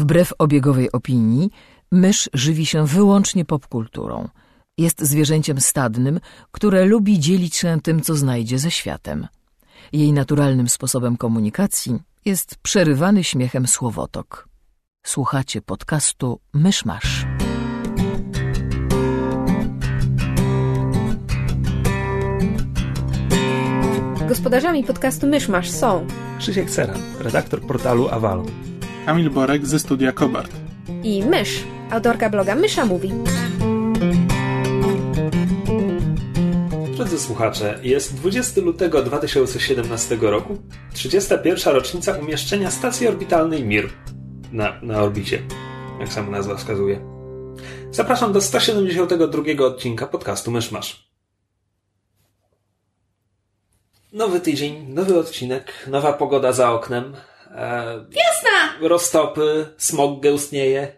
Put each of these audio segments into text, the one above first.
Wbrew obiegowej opinii, mysz żywi się wyłącznie popkulturą. Jest zwierzęciem stadnym, które lubi dzielić się tym, co znajdzie ze światem. Jej naturalnym sposobem komunikacji jest przerywany śmiechem słowotok. Słuchacie podcastu Myszmasz. Gospodarzami podcastu Myszmasz są Krzysiek Ceran, redaktor portalu Avalon, Kamil Borek ze studia Kobart i Mysz, autorka bloga Mysza Mówi. Drodzy słuchacze, jest 20 lutego 2017 roku, 31. rocznica umieszczenia stacji orbitalnej Mir na orbicie, jak sama nazwa wskazuje. Zapraszam do 172 odcinka podcastu Myszmasz. Nowy tydzień, nowy odcinek, nowa pogoda za oknem. Jasna! Roztopy, smog gęstnieje.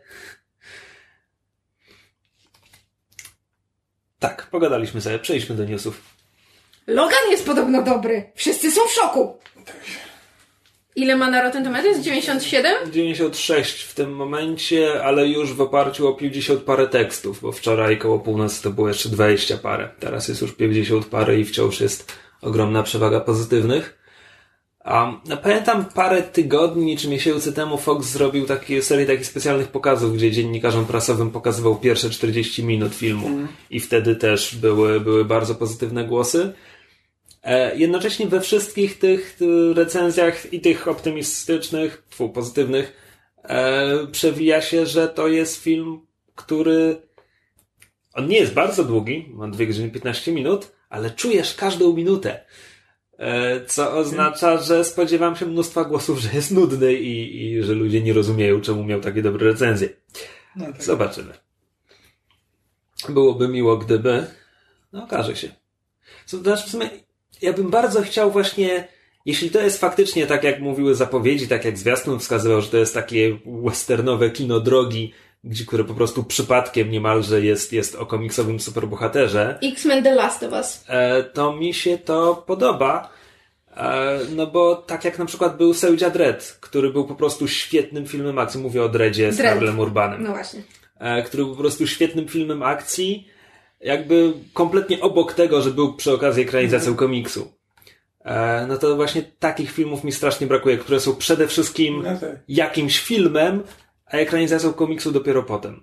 Tak, pogadaliśmy sobie, przejdźmy do newsów. Logan jest podobno dobry. Wszyscy są w szoku. Ile ma na Rotten Tomatoes? 97? 96 w tym momencie, ale już w oparciu o 50 parę tekstów, bo wczoraj koło północy to było jeszcze 20 parę. Teraz jest już 50 parę i wciąż jest ogromna przewaga pozytywnych. Pamiętam parę tygodni czy miesięcy temu Fox zrobił serię takich specjalnych pokazów, gdzie dziennikarzom prasowym pokazywał pierwsze 40 minut filmu i wtedy też były bardzo pozytywne głosy. Jednocześnie we wszystkich tych recenzjach i tych optymistycznych, pozytywnych przewija się, że to jest film, który on nie jest bardzo długi, ma 2 godziny 15 minut, ale czujesz każdą minutę. Co oznacza, że spodziewam się mnóstwa głosów, że jest nudny i że ludzie nie rozumieją, czemu miał takie dobre recenzje. No tak. Zobaczymy. Byłoby miło, gdyby... No, okaże się. W sumie ja bym bardzo chciał właśnie, jeśli to jest faktycznie tak, jak mówiły zapowiedzi, tak jak zwiastun wskazywał, że to jest takie westernowe kino drogi, które po prostu przypadkiem niemalże jest o komiksowym superbohaterze. X-Men The Last of Us. To mi się to podoba, no bo tak jak na przykład był Seuja Dredd, który był po prostu świetnym filmem akcji. Mówię o Dreddzie z Karlem Urbanem. No właśnie. Który był po prostu świetnym filmem akcji, jakby kompletnie obok tego, że był przy okazji ekranizacją komiksu. No to właśnie takich filmów mi strasznie brakuje, które są przede wszystkim jakimś filmem, a ekranizacją komiksu dopiero potem.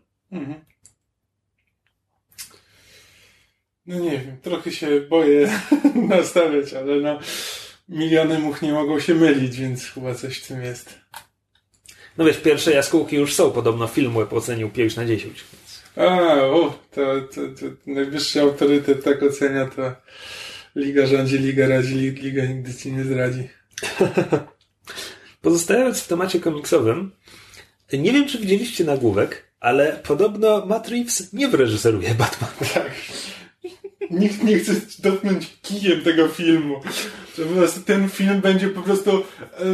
No nie wiem, trochę się boję nastawiać, ale no miliony much nie mogą się mylić, więc chyba coś w tym jest. No wiesz, pierwsze jaskółki już są, podobno Filmweb ocenił 5 na 10. Więc... To najwyższy autorytet tak ocenia, to liga rządzi, liga radzi, liga nigdy ci nie zdradzi. Pozostając w temacie komiksowym, nie wiem, czy widzieliście nagłówek, ale podobno Matt Reeves nie wyreżyseruje Batmana. Tak. Nikt nie chce dotknąć kijem tego filmu. Że po prostu ten film będzie po prostu...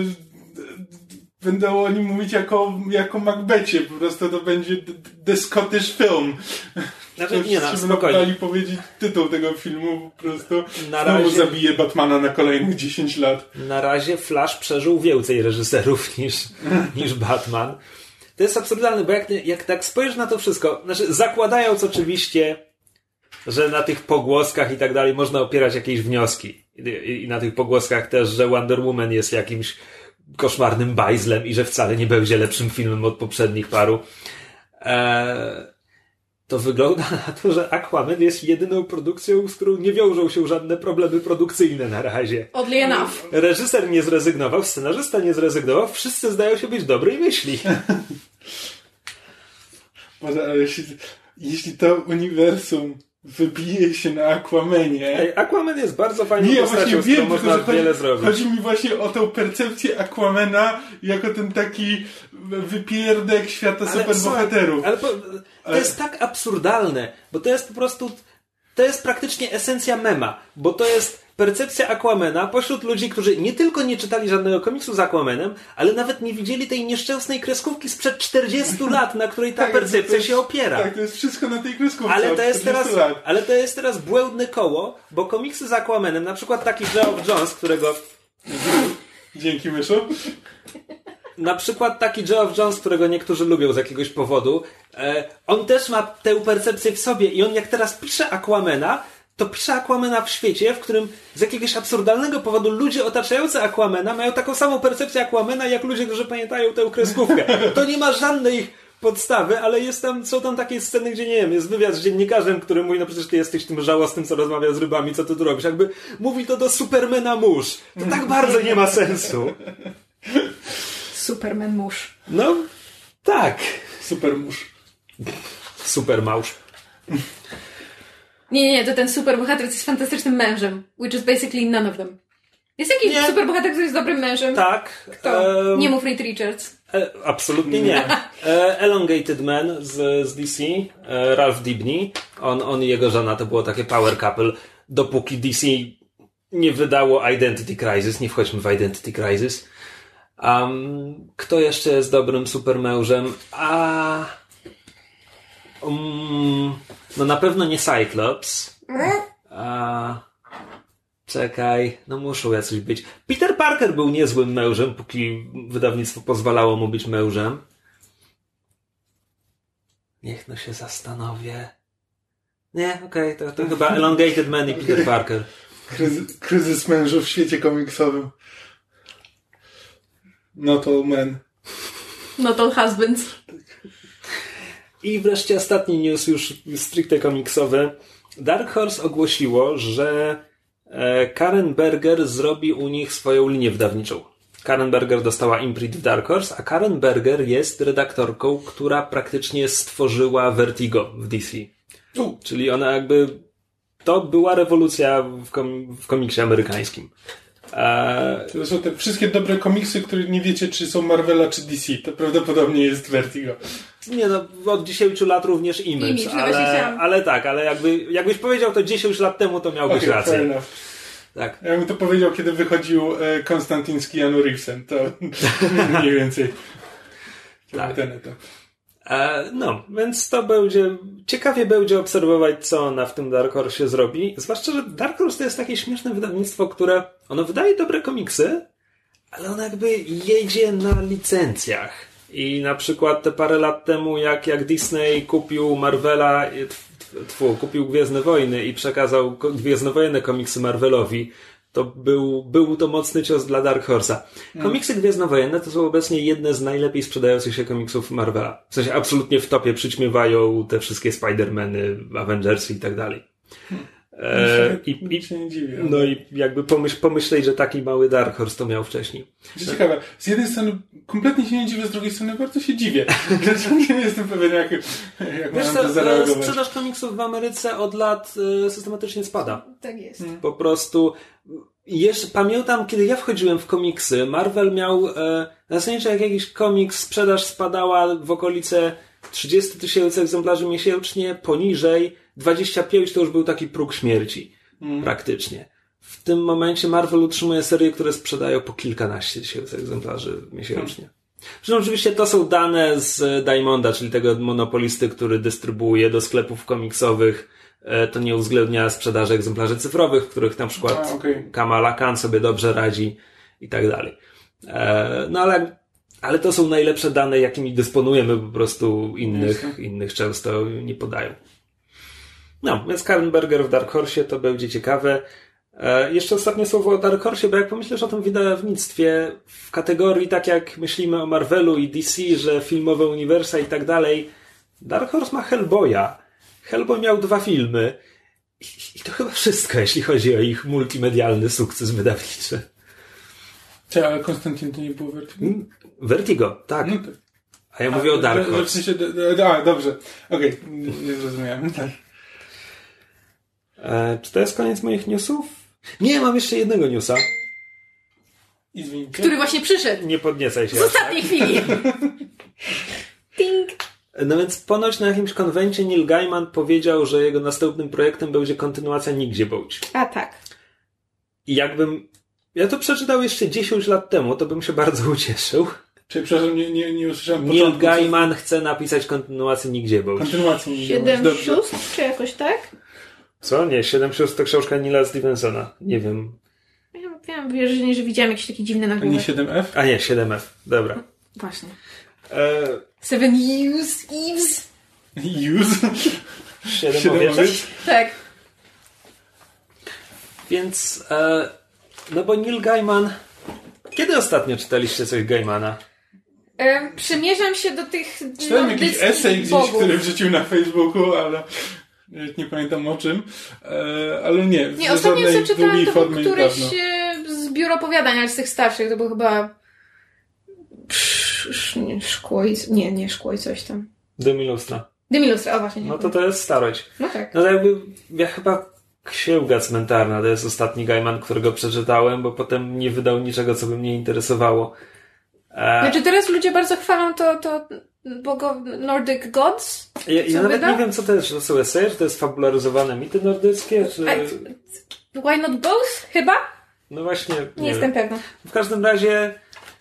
Będą o nim mówić jako Macbethie. Po prostu to będzie The Scottish Film. Znaczy, nie, spokojnie. Dali powiedzieć tytuł tego filmu, po prostu znowu zabije Batmana na kolejnych 10 lat. Na razie Flash przeżył więcej reżyserów niż Batman. To jest absurdalne, bo jak tak spojrzysz na to wszystko, znaczy zakładając oczywiście, że na tych pogłoskach i tak dalej można opierać jakieś wnioski. I na tych pogłoskach też, że Wonder Woman jest jakimś koszmarnym bajzlem i że wcale nie będzie lepszym filmem od poprzednich paru. To wygląda na to, że Aquaman jest jedyną produkcją, z którą nie wiążą się żadne problemy produkcyjne na razie. Oddly enough. Reżyser nie zrezygnował, scenarzysta nie zrezygnował, wszyscy zdają się być dobrej myśli. Może, ale jeśli to uniwersum wybije się na Aquamanie... Aquaman jest bardzo fajną postacią, z którą można wiele zrobić. Chodzi mi właśnie o tą percepcję Aquamana jako ten taki wypierdek świata superbohaterów. To jest tak absurdalne, bo to jest po prostu... To jest praktycznie esencja mema, bo to jest percepcja Aquamana pośród ludzi, którzy nie tylko nie czytali żadnego komiksu z Aquamanem, ale nawet nie widzieli tej nieszczęsnej kreskówki sprzed 40 lat, na której ta percepcja się opiera. Tak, to jest wszystko na tej kreskówce. Ale to jest teraz błędne koło, bo komiksy z Aquamanem, na przykład taki Geoff Johns, którego... Dzięki, Myszu. Na przykład taki Geoff Johns, którego niektórzy lubią z jakiegoś powodu, on też ma tę percepcję w sobie i on jak teraz pisze Aquamana, to pisze Aquamana w świecie, w którym z jakiegoś absurdalnego powodu ludzie otaczający Aquamana mają taką samą percepcję Aquamana, jak ludzie, którzy pamiętają tę kreskówkę. To nie ma żadnej podstawy, ale są tam takie sceny, gdzie nie wiem, jest wywiad z dziennikarzem, który mówi, no przecież ty jesteś tym żałosnym, co rozmawia z rybami, co ty tu robisz? Jakby mówi to do Supermana mórz. To tak bardzo nie ma sensu. Superman mórz. No, tak. Super mórz. Super małż. Nie, to ten superbohater jest fantastycznym mężem. Which is basically none of them. Jest jakiś superbohater, który jest dobrym mężem? Tak. Kto? Nie mów Reed Richards. Absolutnie nie. Elongated Man z DC, Ralph Dibny, on i jego żona to było takie power couple, dopóki DC nie wydało Identity Crisis, nie wchodźmy w Identity Crisis. Kto jeszcze jest dobrym supermężem? No na pewno nie Cyclops. Czekaj, no muszą jacyś być. Peter Parker był niezłym mężem, póki wydawnictwo pozwalało mu być mężem. Niech no się zastanowię. Nie, okej, to chyba Elongated Man i Peter Parker. Kryzys mężów w świecie komiksowym. Not all men. Not all husbands. I wreszcie ostatni news już stricte komiksowy. Dark Horse ogłosiło, że Karen Berger zrobi u nich swoją linię wydawniczą. Karen Berger dostała imprint w Dark Horse, a Karen Berger jest redaktorką, która praktycznie stworzyła Vertigo w DC. Czyli ona jakby... To była rewolucja w komiksie amerykańskim. To są te wszystkie dobre komiksy, które nie wiecie, czy są Marvela, czy DC. To prawdopodobnie jest Vertigo. Nie no, od 10 lat również Image, ale jakbyś powiedział to 10 lat temu, to miałbyś rację. Fair enough. Tak. Ja bym to powiedział, kiedy wychodził Konstantin z Keanu Reevesem, to mniej więcej. Tak. No, więc to będzie... Ciekawie będzie obserwować, co ona w tym Dark Horse zrobi. Zwłaszcza, że Dark Horse to jest takie śmieszne wydawnictwo, które... Ono wydaje dobre komiksy, ale ono jakby jedzie na licencjach. I na przykład te parę lat temu, jak Disney kupił Marvela... kupił Gwiezdne Wojny i przekazał Gwiezdnowojenne komiksy Marvelowi, to był to mocny cios dla Dark Horse'a. Komiksy Gwiezdnowojenne to są obecnie jedne z najlepiej sprzedających się komiksów Marvela. W sensie absolutnie w topie przyćmiewają te wszystkie Spider-Many, Avengersy i tak dalej. I się nie dziwię. No i jakby pomyśleć, że taki mały Dark Horse to miał wcześniej. Ciekawe. Z jednej strony kompletnie się nie dziwię, z drugiej strony bardzo się dziwię. Nie jestem pewien, jak mam to zareagować. Sprzedaż komiksów w Ameryce od lat systematycznie spada. Tak jest. Po prostu... Pamiętam, kiedy ja wchodziłem w komiksy, Marvel miał na sensie, jak jakiś komiks, sprzedaż spadała w okolice 30 000 egzemplarzy miesięcznie, poniżej 25 to już był taki próg śmierci. Praktycznie. W tym momencie Marvel utrzymuje serie, które sprzedają po kilkanaście tysięcy egzemplarzy miesięcznie. Zresztą oczywiście to są dane z Diamonda, czyli tego monopolisty, który dystrybuuje do sklepów komiksowych. To nie uwzględnia sprzedaży egzemplarzy cyfrowych, w których na przykład Kamala Khan sobie dobrze radzi i tak dalej. No ale to są najlepsze dane, jakimi dysponujemy, po prostu innych często nie podają. No, więc Karen Berger w Dark Horse to będzie ciekawe. Jeszcze ostatnie słowo o Dark Horse, bo jak pomyślisz o tym wydawnictwie w kategorii tak jak myślimy o Marvelu i DC, że filmowe uniwersa i tak dalej, Dark Horse ma Hellboya. Hellboy miał 2 filmy i to chyba wszystko, jeśli chodzi o ich multimedialny sukces wydawniczy. Czy, ale Konstantin to nie było Vertigo? Vertigo, tak. No tak. A ja mówię o Dark Horse. Dobrze. Okej, nie zrozumiałem. Tak. Czy to jest koniec moich newsów? Nie, mam jeszcze jednego newsa. Który właśnie przyszedł. Nie podniecaj się. Z ostatniej chwili. Ting. No więc ponoć na jakimś konwencie Neil Gaiman powiedział, że jego następnym projektem będzie kontynuacja Nigdzie Bądź. A tak. I jakbym... Ja to przeczytał jeszcze 10 lat temu, to bym się bardzo ucieszył. Czyli przepraszam, nie usłyszałem Neil początku. Gaiman chce napisać kontynuację Nigdzie Bądź. Kontynuację Nigdzie Bądź. 7 sióstr, czy jakoś tak? Co? Nie, 7 sióstr to książka Neila Stevensona. Nie wiem. Ja miałam wrażenie, że widziałam jakieś takie dziwne nagłówek. A nie 7F? A nie, 7F. Dobra. Właśnie. 7 Eves. 7 owieczek? Tak. Więc, no bo Neil Gaiman... Kiedy ostatnio czytaliście coś Gaimana? Przymierzam się do tych czytałem jakiś esej gdzieś, bogów, który wrzucił na Facebooku, ale nie pamiętam o czym. Ale nie, nie, ostatnio co czytałem, to był któryś zbiór opowiadań, ale z tych starszych, to był chyba Szkło i coś tam. Dym i lustra. Dym i lustra, o właśnie. No to jest starość. No tak. No to jakby, ja chyba Księga Cmentarna to jest ostatni Gaiman, którego przeczytałem, bo potem nie wydał niczego, co by mnie interesowało. Znaczy teraz ludzie bardzo chwalą to Nordic Gods? Ja nawet nie wiem, co to jest. Czy to są eseje, czy to jest fabularyzowane mity nordyckie, czy... Why not both? Chyba? No właśnie, nie jestem pewna. W każdym razie...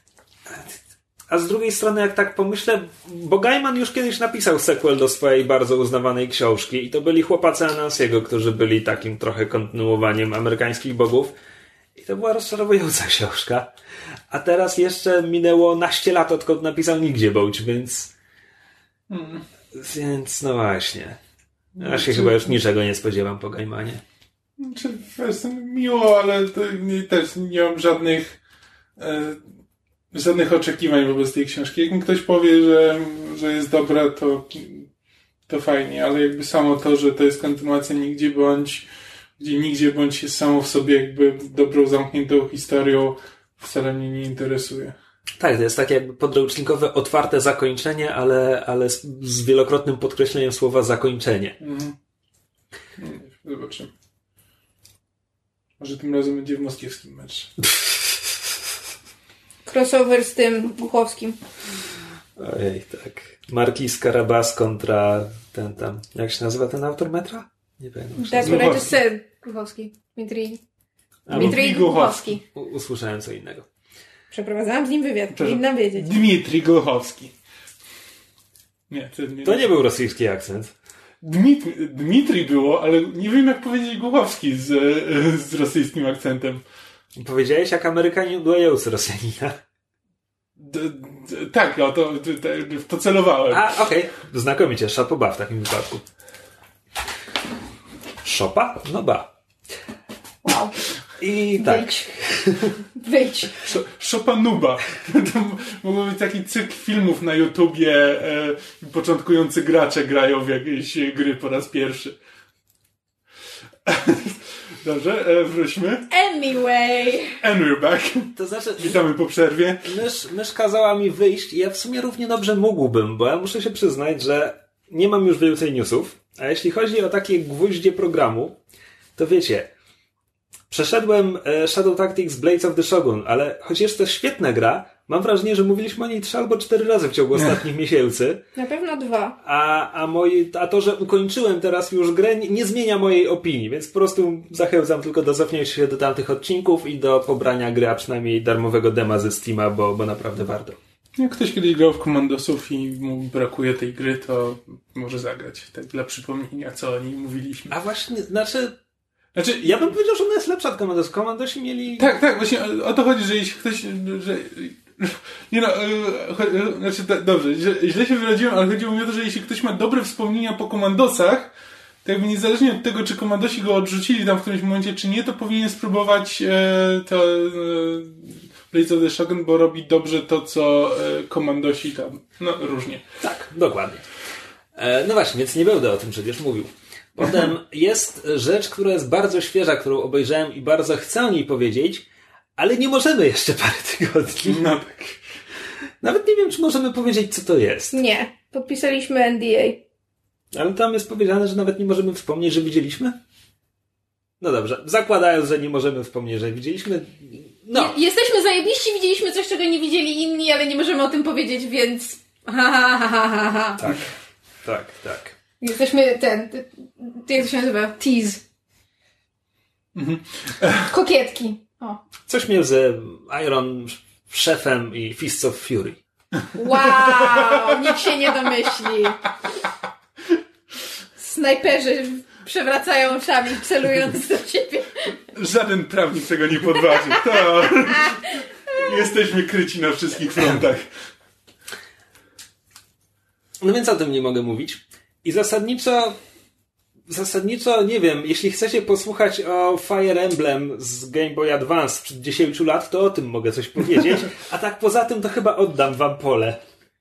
A z drugiej strony, jak tak pomyślę, bo Gaiman już kiedyś napisał sequel do swojej bardzo uznawanej książki i to byli Chłopacy Anansiego, którzy byli takim trochę kontynuowaniem amerykańskich bogów. I to była rozczarowująca książka. A teraz jeszcze minęło naście lat, odkąd napisał Nigdzie Bołć, więc... Więc no właśnie. Ja się chyba już niczego nie spodziewam po Gaimanie. Jestem miło, ale to też nie mam żadnych oczekiwań wobec tej książki. Jak mi ktoś powie, że jest dobra, to fajnie, ale jakby samo to, że to jest kontynuacja Nigdzie Bądź jest samo w sobie jakby dobrą, zamkniętą historią, wcale mnie nie interesuje. Tak, to jest takie jakby podręcznikowe, otwarte zakończenie, ale z wielokrotnym podkreśleniem słowa zakończenie. Zobaczymy. Może tym razem będzie w moskiewskim meczu. Crossover z tym Głuchowskim. Ojej, tak. Marquis Carabas kontra ten tam. Jak się nazywa ten autor metra? Nie pamiętam. Tak, reżyser Głuchowski. Dmitrij Głuchowski. Usłyszałem co innego. Przeprowadzałam z nim wywiad, powinnam wiedzieć. Dmitrij Głuchowski. Nie, to nie był rosyjski akcent. Dmitrij było, ale nie wiem jak powiedzieć Głuchowski z rosyjskim akcentem. Powiedziałeś jak Amerykanie udający Rosjanina. Tak, no to celowałem. A, okej. Znakomicie, szapoba w takim wypadku. Szopa? No ba. Wow. I tak. Wyjdź. Szopanuba. To mógł być taki cykl filmów na YouTubie. Początkujący gracze grają w jakieś gry po raz pierwszy. Dobrze, wróćmy. Anyway. And we're back. To znaczy... Witamy po przerwie. Mysz kazała mi wyjść i ja w sumie równie dobrze mógłbym, bo ja muszę się przyznać, że nie mam już więcej newsów, a jeśli chodzi o takie gwoździe programu, to wiecie, przeszedłem Shadow Tactics Blades of the Shogun, ale choć jest to świetna gra, mam wrażenie, że mówiliśmy o niej 3 albo 4 razy w ciągu ostatnich miesięcy. Na pewno 2. A to, że ukończyłem teraz już grę, nie zmienia mojej opinii, więc po prostu zachęcam tylko do cofnięcia się do tamtych odcinków i do pobrania gry, a przynajmniej darmowego dema ze Steama, bo naprawdę warto. Jak ktoś kiedyś grał w Commandosów i mu brakuje tej gry, to może zagrać. Tak dla przypomnienia, co o niej mówiliśmy. A właśnie, ja bym powiedział, że ona jest lepsza od Commandos. Commandosi mieli... Tak, właśnie o to chodzi, że jeśli ktoś... Dobrze, źle się wyraziłem, ale chodziło mi o to, że jeśli ktoś ma dobre wspomnienia po Commandosach, to jakby niezależnie od tego, czy Commandosi go odrzucili tam w którymś momencie, czy nie, to powinien spróbować Blades of the Shogun, bo robi dobrze to, co Commandosi tam, różnie. Tak, dokładnie. No właśnie, więc nie będę o tym przecież mówił. Potem jest rzecz, która jest bardzo świeża, którą obejrzałem i bardzo chcę o niej powiedzieć, ale nie możemy jeszcze parę tygodni. No tak. Nawet nie wiem, czy możemy powiedzieć, co to jest. Nie. Podpisaliśmy NDA. Ale tam jest powiedziane, że nawet nie możemy wspomnieć, że widzieliśmy? No dobrze. Zakładając, że nie możemy wspomnieć, że widzieliśmy... No. Jesteśmy zajebiści, widzieliśmy coś, czego nie widzieli inni, ale nie możemy o tym powiedzieć, więc... Tak. Jesteśmy jak to się nazywa? Tease. Kokietki. O. Coś między Iron Szefem i Fists of Fury. Wow, nikt się nie domyśli. Snajperzy przewracają oczami, celując do siebie. Żaden prawnik tego nie podważy. To... Jesteśmy kryci na wszystkich frontach. No więc o tym nie mogę mówić. I zasadniczo, nie wiem, jeśli chcecie posłuchać o Fire Emblem z Game Boy Advance sprzed 10 lat, to o tym mogę coś powiedzieć. A tak poza tym to chyba oddam wam pole.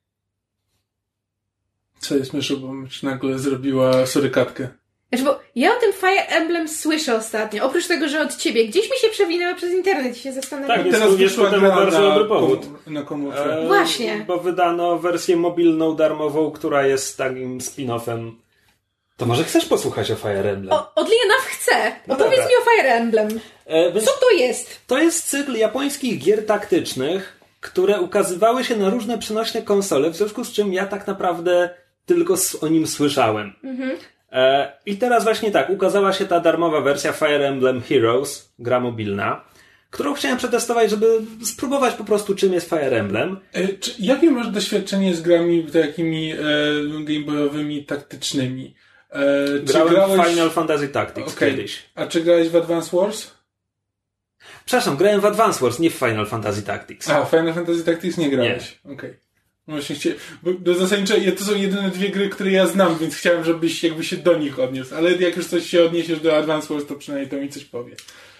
Co jest, Myszu, bo Mysz nagle zrobiła surykatkę. Znaczy, bo ja o tym Fire Emblem słyszę ostatnio. Oprócz tego, że od ciebie. Gdzieś mi się przewinęło przez internet i się zastanawiam. Tak, Teraz jest wyszła temu gra bardzo dobry powód. na komórce. Właśnie. Bo wydano wersję mobilną, darmową, która jest takim spin-offem. To może chcesz posłuchać o Fire Emblem? Od Lienaf chcę. No Opowiedz dobra. mi o Fire Emblem. Więc Co to jest? to jest cykl japońskich gier taktycznych, które ukazywały się na różne przenośne konsole, w związku z czym ja tak naprawdę tylko o nim słyszałem. I teraz właśnie tak, ukazała się ta darmowa wersja Fire Emblem Heroes, gra mobilna, którą chciałem przetestować, żeby spróbować po prostu, czym jest Fire Emblem. Jakie masz doświadczenie z grami takimi gameboyowymi, taktycznymi? Grałem w Final Fantasy Tactics kiedyś. A czy grałeś w Advance Wars? Przepraszam, grałem w Advance Wars, nie w Final Fantasy Tactics. A, w Final Fantasy Tactics nie grałeś? Okej. Właśnie bo zasadniczo to są jedyne dwie gry, które ja znam, więc chciałem, żebyś jakby się do nich odniósł. Ale jak już coś się odniesiesz do Advance Wars, to przynajmniej to mi coś powie.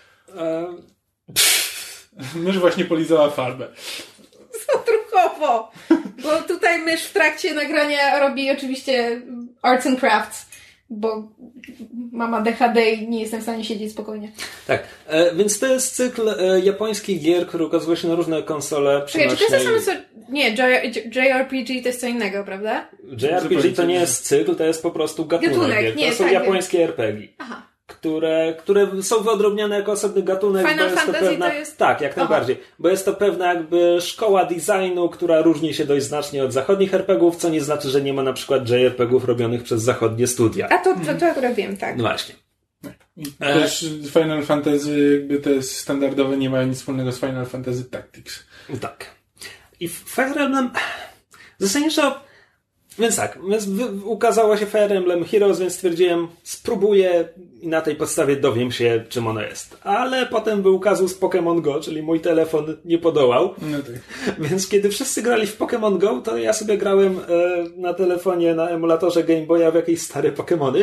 Mysz właśnie polizała farbę. Odruchowo. Bo tutaj mysz w trakcie nagrania robi oczywiście arts and crafts. Bo mam ADHD i nie jestem w stanie siedzieć spokojnie. Tak, więc to jest cykl japońskich gier, który ukazuje się na różne konsole. Czekaj, czy to jest to samo co... Nie, JRPG to jest co innego, prawda? JRPG to nie jest cykl, to jest po prostu gatunek gier. To są japońskie RPG. Aha. Które są wyodrębniane jako osobny gatunek. Final bo jest Fantasy to pewna... to jest... Tak, jak najbardziej. Bo jest to pewna jakby szkoła designu, która różni się dość znacznie od zachodnich RPGów, co nie znaczy, że nie ma na przykład JRPGów robionych przez zachodnie studia. A to akurat wiem, tak. No właśnie. I też Final Fantasy, jakby te standardowe, nie mają nic wspólnego z Final Fantasy Tactics. Tak. I Fire Emblem... Zasadniczo... Więc tak, ukazało się Fire Emblem Heroes, więc stwierdziłem, spróbuję i na tej podstawie dowiem się, czym ono jest. Ale potem był kazus Pokémon Go, czyli mój telefon nie podołał. No tak. Więc kiedy wszyscy grali w Pokémon Go, to ja sobie grałem na telefonie, na emulatorze Game Boya w jakieś stare Pokémony.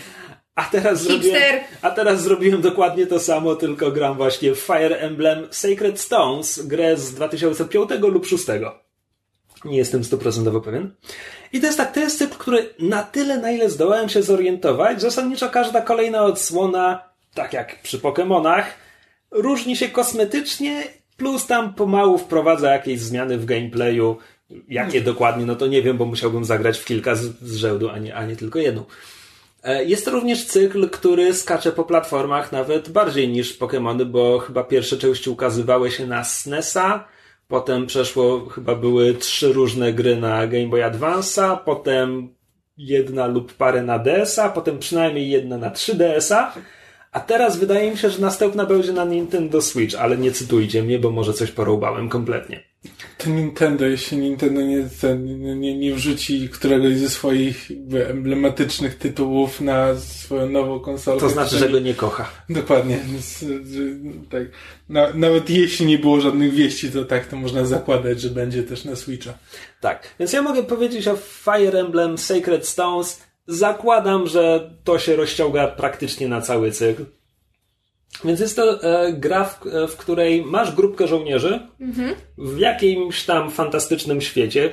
A teraz zrobiłem dokładnie to samo, tylko gram właśnie w Fire Emblem Sacred Stones, grę z 2005 lub 2006. Nie jestem 100% pewien. I to jest tak, to jest cykl, który na tyle, na ile zdołałem się zorientować, zasadniczo każda kolejna odsłona, tak jak przy Pokemonach, różni się kosmetycznie, plus tam pomału wprowadza jakieś zmiany w gameplayu. Jakie dokładnie, no to nie wiem, bo musiałbym zagrać w kilka z rzędu, a nie tylko jedną. Jest to również cykl, który skacze po platformach nawet bardziej niż Pokemony, bo chyba pierwsze części ukazywały się na SNES-a, potem chyba były 3 różne gry na Game Boy Advance'a, potem 1 lub parę na DS-a, potem przynajmniej 1 na 3DS-a, a teraz wydaje mi się, że następna będzie na Nintendo Switch, ale nie cytujcie mnie, bo może coś porąbałem kompletnie. To Nintendo, jeśli Nintendo nie wrzuci któregoś ze swoich emblematycznych tytułów na swoją nową konsolę. To znaczy, że go nie kocha. Dokładnie. Tak. Nawet jeśli nie było żadnych wieści, to tak, to można zakładać, że będzie też na Switcha. Tak, więc ja mogę powiedzieć o Fire Emblem Sacred Stones. Zakładam, że to się rozciąga praktycznie na cały cykl. Więc jest to gra, w której masz grupkę żołnierzy w jakimś tam fantastycznym świecie,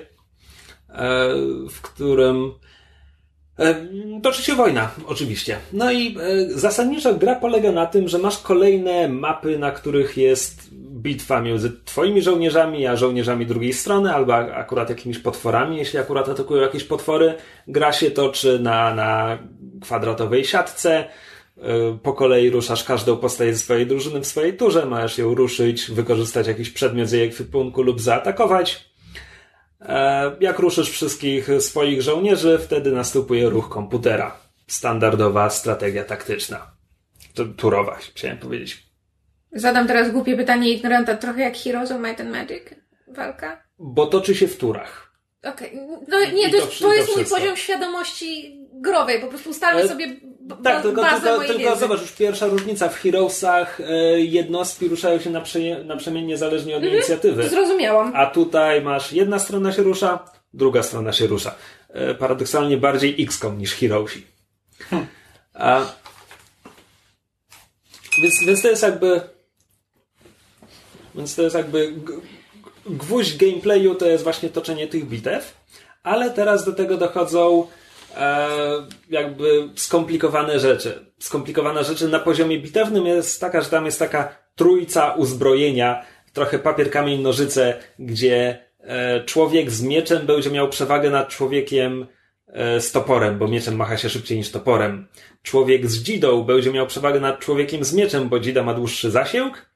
w którym toczy się wojna, oczywiście. No i zasadniczo gra polega na tym, że masz kolejne mapy, na których jest bitwa między twoimi żołnierzami a żołnierzami drugiej strony, albo akurat jakimiś potworami, jeśli akurat atakują jakieś potwory. Gra się toczy na kwadratowej siatce. Po kolei ruszasz każdą postać ze swojej drużyny w swojej turze, możesz ją ruszyć, wykorzystać jakiś przedmiot z jej ekwipunku lub zaatakować. Jak ruszysz wszystkich swoich żołnierzy, wtedy następuje ruch komputera. Standardowa strategia taktyczna. Turowa, chciałem powiedzieć. Zadam teraz głupie pytanie ignoranta, trochę jak Heroes of Might and Magic? Walka? Bo toczy się w turach. Okej. No nie, to jest mój poziom świadomości growej, po prostu ustalmy sobie tak, bazę mojej tylko wiedzy. Zobacz, już pierwsza różnica w Heroesach, jednostki ruszają się naprzemiennie niezależnie od inicjatywy. Zrozumiałam. A tutaj masz jedna strona się rusza, druga strona się rusza. paradoksalnie bardziej XCOM niż Heroesi. Więc to jest jakby... Więc to jest jakby... Gwóźdź gameplayu to jest właśnie toczenie tych bitew, ale teraz do tego dochodzą jakby skomplikowane rzeczy. Skomplikowana rzeczy na poziomie bitewnym jest taka, że tam jest taka trójca uzbrojenia, trochę papier, kamień, nożyce, gdzie człowiek z mieczem będzie miał przewagę nad człowiekiem z toporem, bo mieczem macha się szybciej niż toporem. Człowiek z dzidą będzie miał przewagę nad człowiekiem z mieczem, bo dzida ma dłuższy zasięg,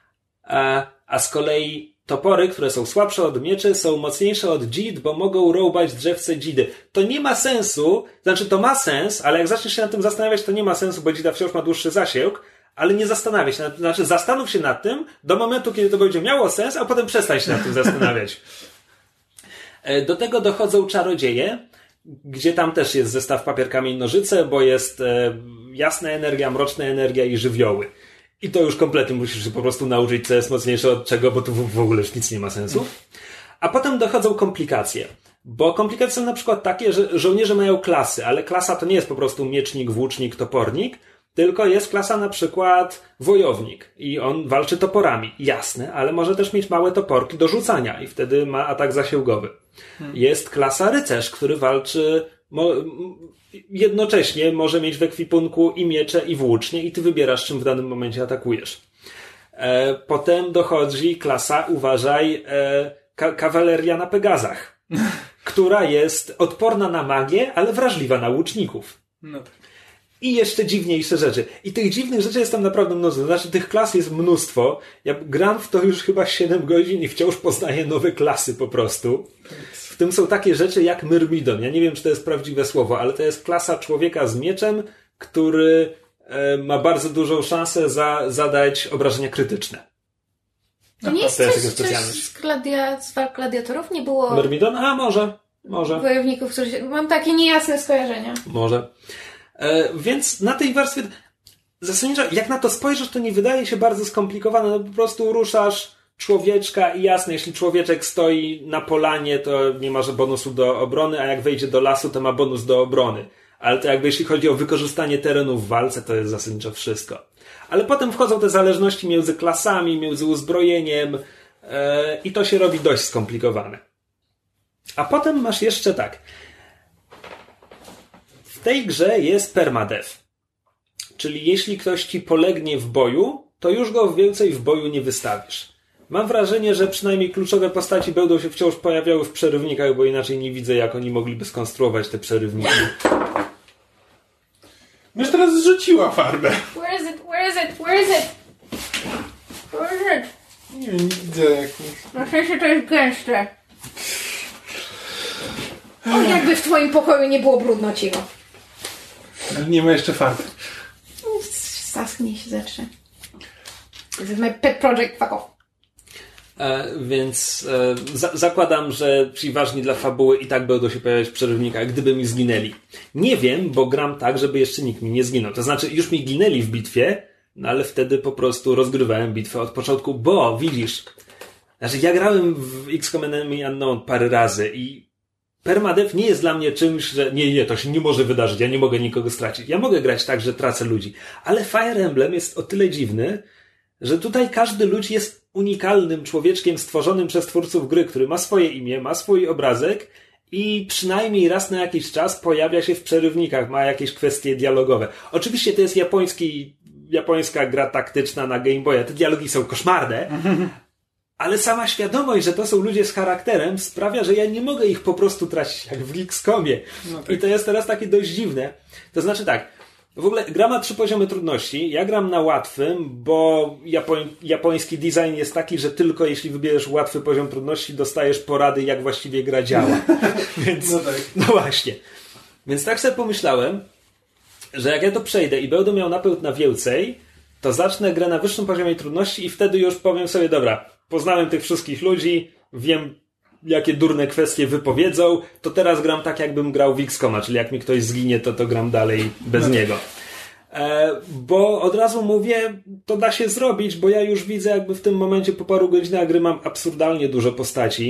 a z kolei topory, które są słabsze od mieczy, są mocniejsze od dzid, bo mogą rąbać drzewce dzidy. To nie ma sensu, znaczy to ma sens, ale jak zaczniesz się nad tym zastanawiać, to nie ma sensu, bo dzida wciąż ma dłuższy zasięg, ale nie zastanawiaj się, znaczy zastanów się nad tym do momentu, kiedy to będzie miało sens, a potem przestań się nad tym zastanawiać. Do tego dochodzą czarodzieje, gdzie tam też jest zestaw papier, kamień, nożyce, bo jest jasna energia, mroczna energia i żywioły. I to już kompletnie musisz się po prostu nauczyć, co jest mocniejsze od czego, bo tu w ogóle już nic nie ma sensu. A potem dochodzą komplikacje. Bo komplikacje są na przykład takie, że żołnierze mają klasy, ale klasa to nie jest po prostu miecznik, włócznik, topornik, tylko jest klasa na przykład wojownik i on walczy toporami. Jasne, ale może też mieć małe toporki do rzucania i wtedy ma atak zasięgowy. Jest klasa rycerz, który walczy... jednocześnie może mieć w ekwipunku i miecze, i włócznie i ty wybierasz, czym w danym momencie atakujesz. Potem dochodzi klasa, uważaj, kawaleria na Pegazach, która jest odporna na magię, ale wrażliwa na łuczników. No tak. I jeszcze dziwniejsze rzeczy. I tych dziwnych rzeczy jest tam naprawdę mnóstwo. Znaczy tych klas jest mnóstwo. Ja gram w to już chyba 7 godzin i wciąż poznaję nowe klasy po prostu. W tym są takie rzeczy jak Myrmidon. Ja nie wiem, czy to jest prawdziwe słowo, ale to jest klasa człowieka z mieczem, który ma bardzo dużą szansę zadać obrażenia krytyczne. To nie jest coś z walk gladiatorów? Nie było... Myrmidon? A, może. Wojowników, którzy... Mam takie niejasne skojarzenia. Może. Więc na tej warstwie zasadniczo, jak na to spojrzysz, to nie wydaje się bardzo skomplikowane. No po prostu ruszasz człowieczka i jasne, jeśli człowieczek stoi na polanie, to nie ma bonusu do obrony, a jak wejdzie do lasu, to ma bonus do obrony. Ale to jakby jeśli chodzi o wykorzystanie terenu w walce, to jest zasadniczo wszystko. Ale potem wchodzą te zależności między klasami, między uzbrojeniem i to się robi dość skomplikowane. A potem masz jeszcze tak. W tej grze jest permadeath. Czyli jeśli ktoś ci polegnie w boju, to już go więcej w boju nie wystawisz. Mam wrażenie, że przynajmniej kluczowe postaci będą się wciąż pojawiały w przerywnikach, bo inaczej nie widzę, jak oni mogliby skonstruować te przerywniki. Już teraz zrzuciła farbę. Where is it? Where is it? Where is it? Where is it? Nie widzę jakiegoś. Na szczęście to jest gęste. O, jakby w twoim pokoju nie było brudno cicho. Ale nie ma jeszcze farby. Zaschnie się zacznie. This is my pet project, fuck off. Więc zakładam, że ci ważni dla fabuły i tak będą się pojawiać w przerywnikach, gdyby mi zginęli. Nie wiem, bo gram tak, żeby jeszcze nikt mi nie zginął. To znaczy, już mi ginęli w bitwie, no ale wtedy po prostu rozgrywałem bitwę od początku, bo widzisz, znaczy ja grałem w XCOM Enemy Unknown parę razy i permadeath nie jest dla mnie czymś, że nie, to się nie może wydarzyć, ja nie mogę nikogo stracić. Ja mogę grać tak, że tracę ludzi, ale Fire Emblem jest o tyle dziwny, że tutaj każdy ludź jest unikalnym człowieczkiem stworzonym przez twórców gry, który ma swoje imię, ma swój obrazek i przynajmniej raz na jakiś czas pojawia się w przerywnikach, ma jakieś kwestie dialogowe. Oczywiście to jest japońska gra taktyczna na Game Boya. Te dialogi są koszmarne, ale sama świadomość, że to są ludzie z charakterem sprawia, że ja nie mogę ich po prostu tracić jak w XCOMie. No tak. I to jest teraz takie dość dziwne. To znaczy tak, w ogóle gra ma 3 poziomy trudności. Ja gram na łatwym, bo japoński design jest taki, że tylko jeśli wybierzesz łatwy poziom trudności, dostajesz porady, jak właściwie gra działa. Więc, no właśnie. Więc tak sobie pomyślałem, że jak ja to przejdę i będę miał napęd na więcej, to zacznę grę na wyższym poziomie trudności i wtedy już powiem sobie, dobra, poznałem tych wszystkich ludzi, wiem, jakie durne kwestie wypowiedzą, to teraz gram tak, jakbym grał w XCOMa, czyli jak mi ktoś zginie, to gram dalej bez niego. Bo od razu mówię, to da się zrobić, bo ja już widzę, jakby w tym momencie po paru godzinach gry mam absurdalnie dużo postaci.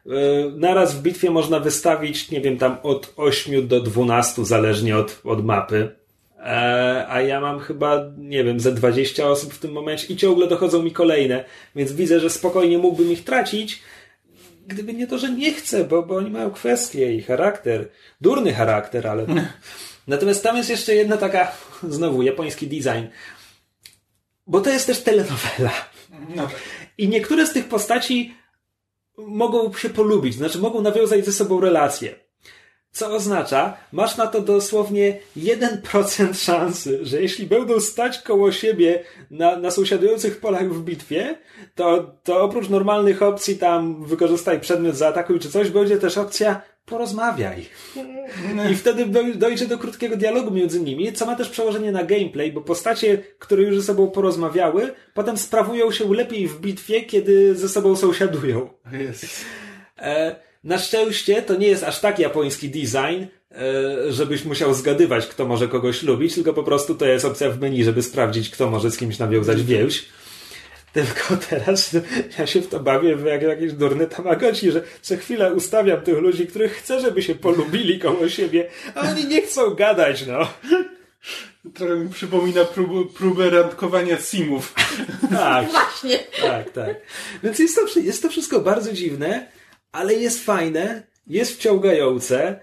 naraz w bitwie można wystawić, nie wiem, tam od 8 do 12, zależnie od mapy. A ja mam chyba, nie wiem, ze 20 osób w tym momencie i ciągle dochodzą mi kolejne, więc widzę, że spokojnie mógłbym ich tracić, gdyby nie to, że nie chcę, bo oni mają kwestie i charakter. Durny charakter, ale... Natomiast tam jest jeszcze jedna taka, znowu, japoński design. Bo to jest też telenowela. No. I niektóre z tych postaci mogą się polubić, znaczy mogą nawiązać ze sobą relacje. Co oznacza, masz na to dosłownie 1% szansy, że jeśli będą stać koło siebie na sąsiadujących polach w bitwie, to oprócz normalnych opcji tam wykorzystaj przedmiot, zaatakuj czy coś, będzie też opcja porozmawiaj. I wtedy dojdzie do krótkiego dialogu między nimi, co ma też przełożenie na gameplay, bo postacie, które już ze sobą porozmawiały, potem sprawują się lepiej w bitwie, kiedy ze sobą sąsiadują. Jest. Na szczęście to nie jest aż tak japoński design, żebyś musiał zgadywać, kto może kogoś lubić, tylko po prostu to jest opcja w menu, żeby sprawdzić, kto może z kimś nawiązać więź. Tylko teraz ja się w to bawię jak jakiś durny Tamagotchi, że co chwilę ustawiam tych ludzi, których chcę, żeby się polubili koło siebie, a oni nie chcą gadać, no. Trochę mi przypomina próbę randkowania simów. Tak. Właśnie. Tak. Więc jest to wszystko bardzo dziwne, ale jest fajne, jest wciągające.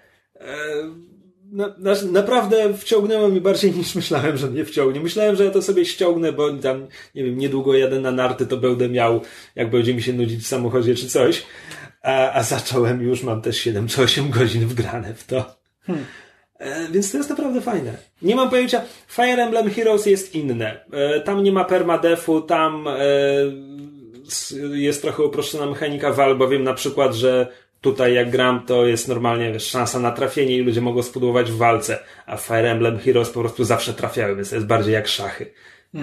Naprawdę wciągnęło mi bardziej niż myślałem, że mnie wciągnie. Myślałem, że ja to sobie ściągnę, bo tam, nie wiem, niedługo jadę na narty, to będę miał, jak będzie mi się nudzić w samochodzie czy coś. A zacząłem już, mam też 7 czy 8 godzin wgrane w to. Więc to jest naprawdę fajne. Nie mam pojęcia, Fire Emblem Heroes jest inne. Tam nie ma permadefu, tam jest trochę uproszczona mechanika walk, bo wiem na przykład, że tutaj jak gram, to jest normalnie szansa na trafienie i ludzie mogą spudłować w walce, a w Fire Emblem Heroes po prostu zawsze trafiały, więc to jest bardziej jak szachy.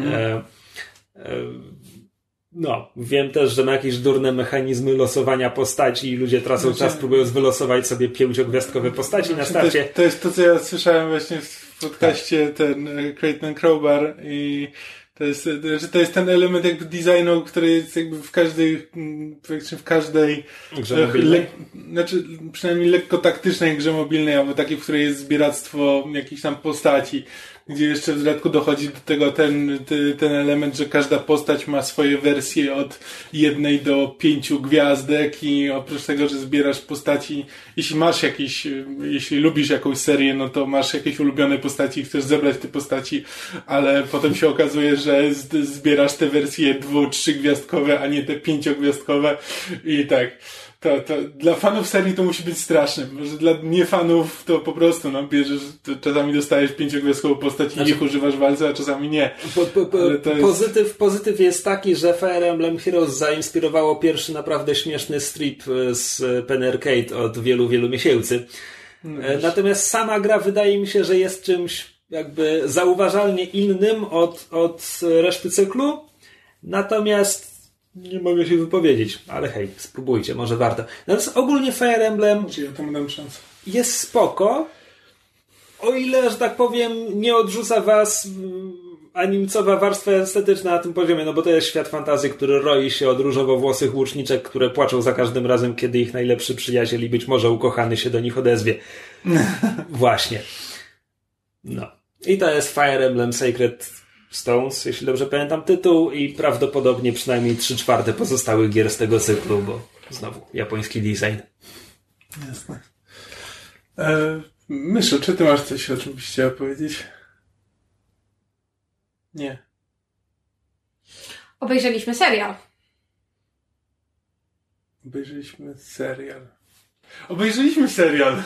Wiem też, że ma jakieś durne mechanizmy losowania postaci i ludzie tracą czas, próbując wylosować sobie 5-gwiazdkowe postaci na starcie. To jest to, co ja słyszałem właśnie w podcaście, ten Creighton Crowbar i to jest ten element jakby designu, który jest jakby w każdej grze mobilnej. Znaczy przynajmniej lekko taktycznej grze mobilnej, albo takiej, w której jest zbieractwo jakichś tam postaci, gdzie jeszcze w dodatku dochodzi do tego ten element, że każda postać ma swoje wersje od 1 do 5 gwiazdek i oprócz tego, że zbierasz postaci, jeśli lubisz jakąś serię, no to masz jakieś ulubione postaci i chcesz zebrać te postaci, ale potem się okazuje, że zbierasz te wersje 2-3 gwiazdkowe, a nie te 5-gwiazdkowe i tak. To dla fanów serii to musi być straszne. Może dla niefanów to po prostu, bierzesz, czasami dostajesz 5-gwiazdkową postać i ich używasz w walce, a czasami nie. Pozytyw jest taki, że Fire Emblem Heroes zainspirowało pierwszy naprawdę śmieszny strip z Pen Arcade od wielu, wielu miesięcy. Natomiast sama gra wydaje mi się, że jest czymś jakby zauważalnie innym od reszty cyklu. Natomiast nie mogę się wypowiedzieć, ale hej, spróbujcie, może warto. Natomiast ogólnie Fire Emblem ja tam dam szansę. Jest spoko, o ile, że tak powiem, nie odrzuca was animcowa warstwa estetyczna na tym poziomie, no bo to jest świat fantazji, który roi się od różowo-włosych łuczniczek, które płaczą za każdym razem, kiedy ich najlepszy przyjaciel i być może ukochany się do nich odezwie. Właśnie. No. I to jest Fire Emblem Sacred Stones, jeśli dobrze pamiętam tytuł, i prawdopodobnie przynajmniej 3/4 pozostałych gier z tego cyklu, bo znowu japoński design. Jasne. Myszu, czy ty masz coś, o czym byś chciała powiedzieć? Nie. Obejrzeliśmy serial. Obejrzeliśmy serial.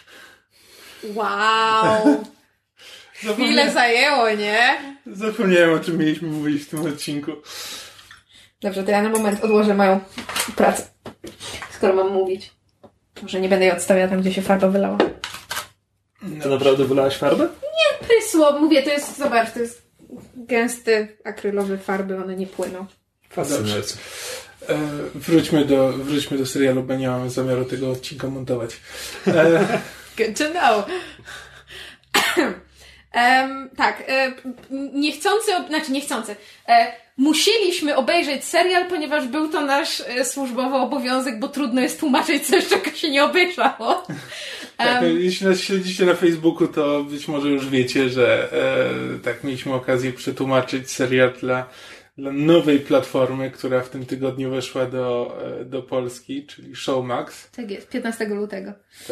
Wow. Chwilę zajęło, nie? Zapomniałem, o czym mieliśmy mówić w tym odcinku. Dobrze, to ja na moment odłożę moją pracę. Skoro mam mówić. Może nie będę jej odstawiała tam, gdzie się farba wylała. To naprawdę wylałaś farbę? Nie, prysło. Mówię, to jest, zobacz, to jest gęsty, akrylowy farby, one nie płyną. Fascynujące. Wróćmy do serialu, bo nie mamy zamiaru tego odcinka montować. Good to know. niechcący. musieliśmy obejrzeć serial, ponieważ był to nasz służbowy obowiązek, bo trudno jest tłumaczyć coś, czego się nie obejrzało. Tak, jeśli nas śledzicie na Facebooku, to być może już wiecie, że tak mieliśmy okazję przetłumaczyć serial dla nowej platformy, która w tym tygodniu weszła do Polski, czyli Showmax. Tak jest, 15 lutego. Tak.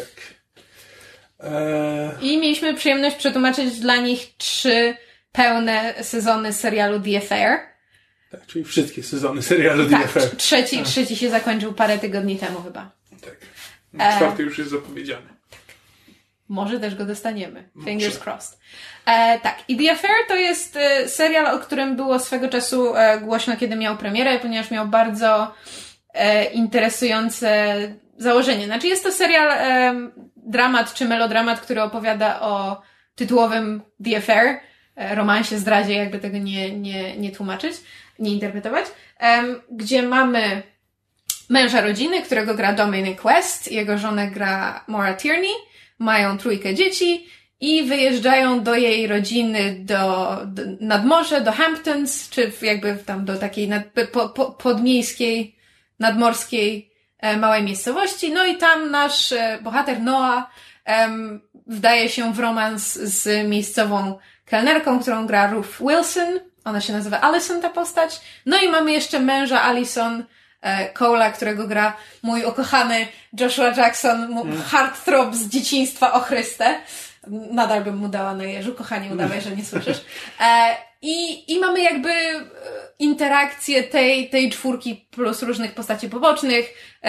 I mieliśmy przyjemność przetłumaczyć dla nich 3 pełne sezony serialu The Affair. Tak, czyli wszystkie sezony serialu The Affair. Trzeci się zakończył parę tygodni temu chyba. Tak. 4 już jest zapowiedziany. Może też go dostaniemy. Fingers crossed. Tak. I The Affair to jest serial, o którym było swego czasu głośno, kiedy miał premierę, ponieważ miał bardzo interesujące założenie. Znaczy jest to serial dramat czy melodramat, który opowiada o tytułowym The Affair, romansie, zdradzie, jakby tego nie tłumaczyć, nie interpretować, gdzie mamy męża rodziny, którego gra Dominic West, jego żonę gra Maura Tierney, mają 3 dzieci i wyjeżdżają do jej rodziny nad morze, do Hamptons, czy jakby tam do takiej podmiejskiej, nadmorskiej małej miejscowości. No i tam nasz bohater Noah wdaje się w romans z miejscową kelnerką, którą gra Ruth Wilson. Ona się nazywa Allison, ta postać. No i mamy jeszcze męża Allison, Cole'a, którego gra mój ukochany Joshua Jackson, heartthrob z dzieciństwa, o Chryste. Nadal bym mu dała na jeżu, kochanie, udawaj, że nie słyszysz. I mamy jakby interakcję tej 4 plus różnych postaci pobocznych,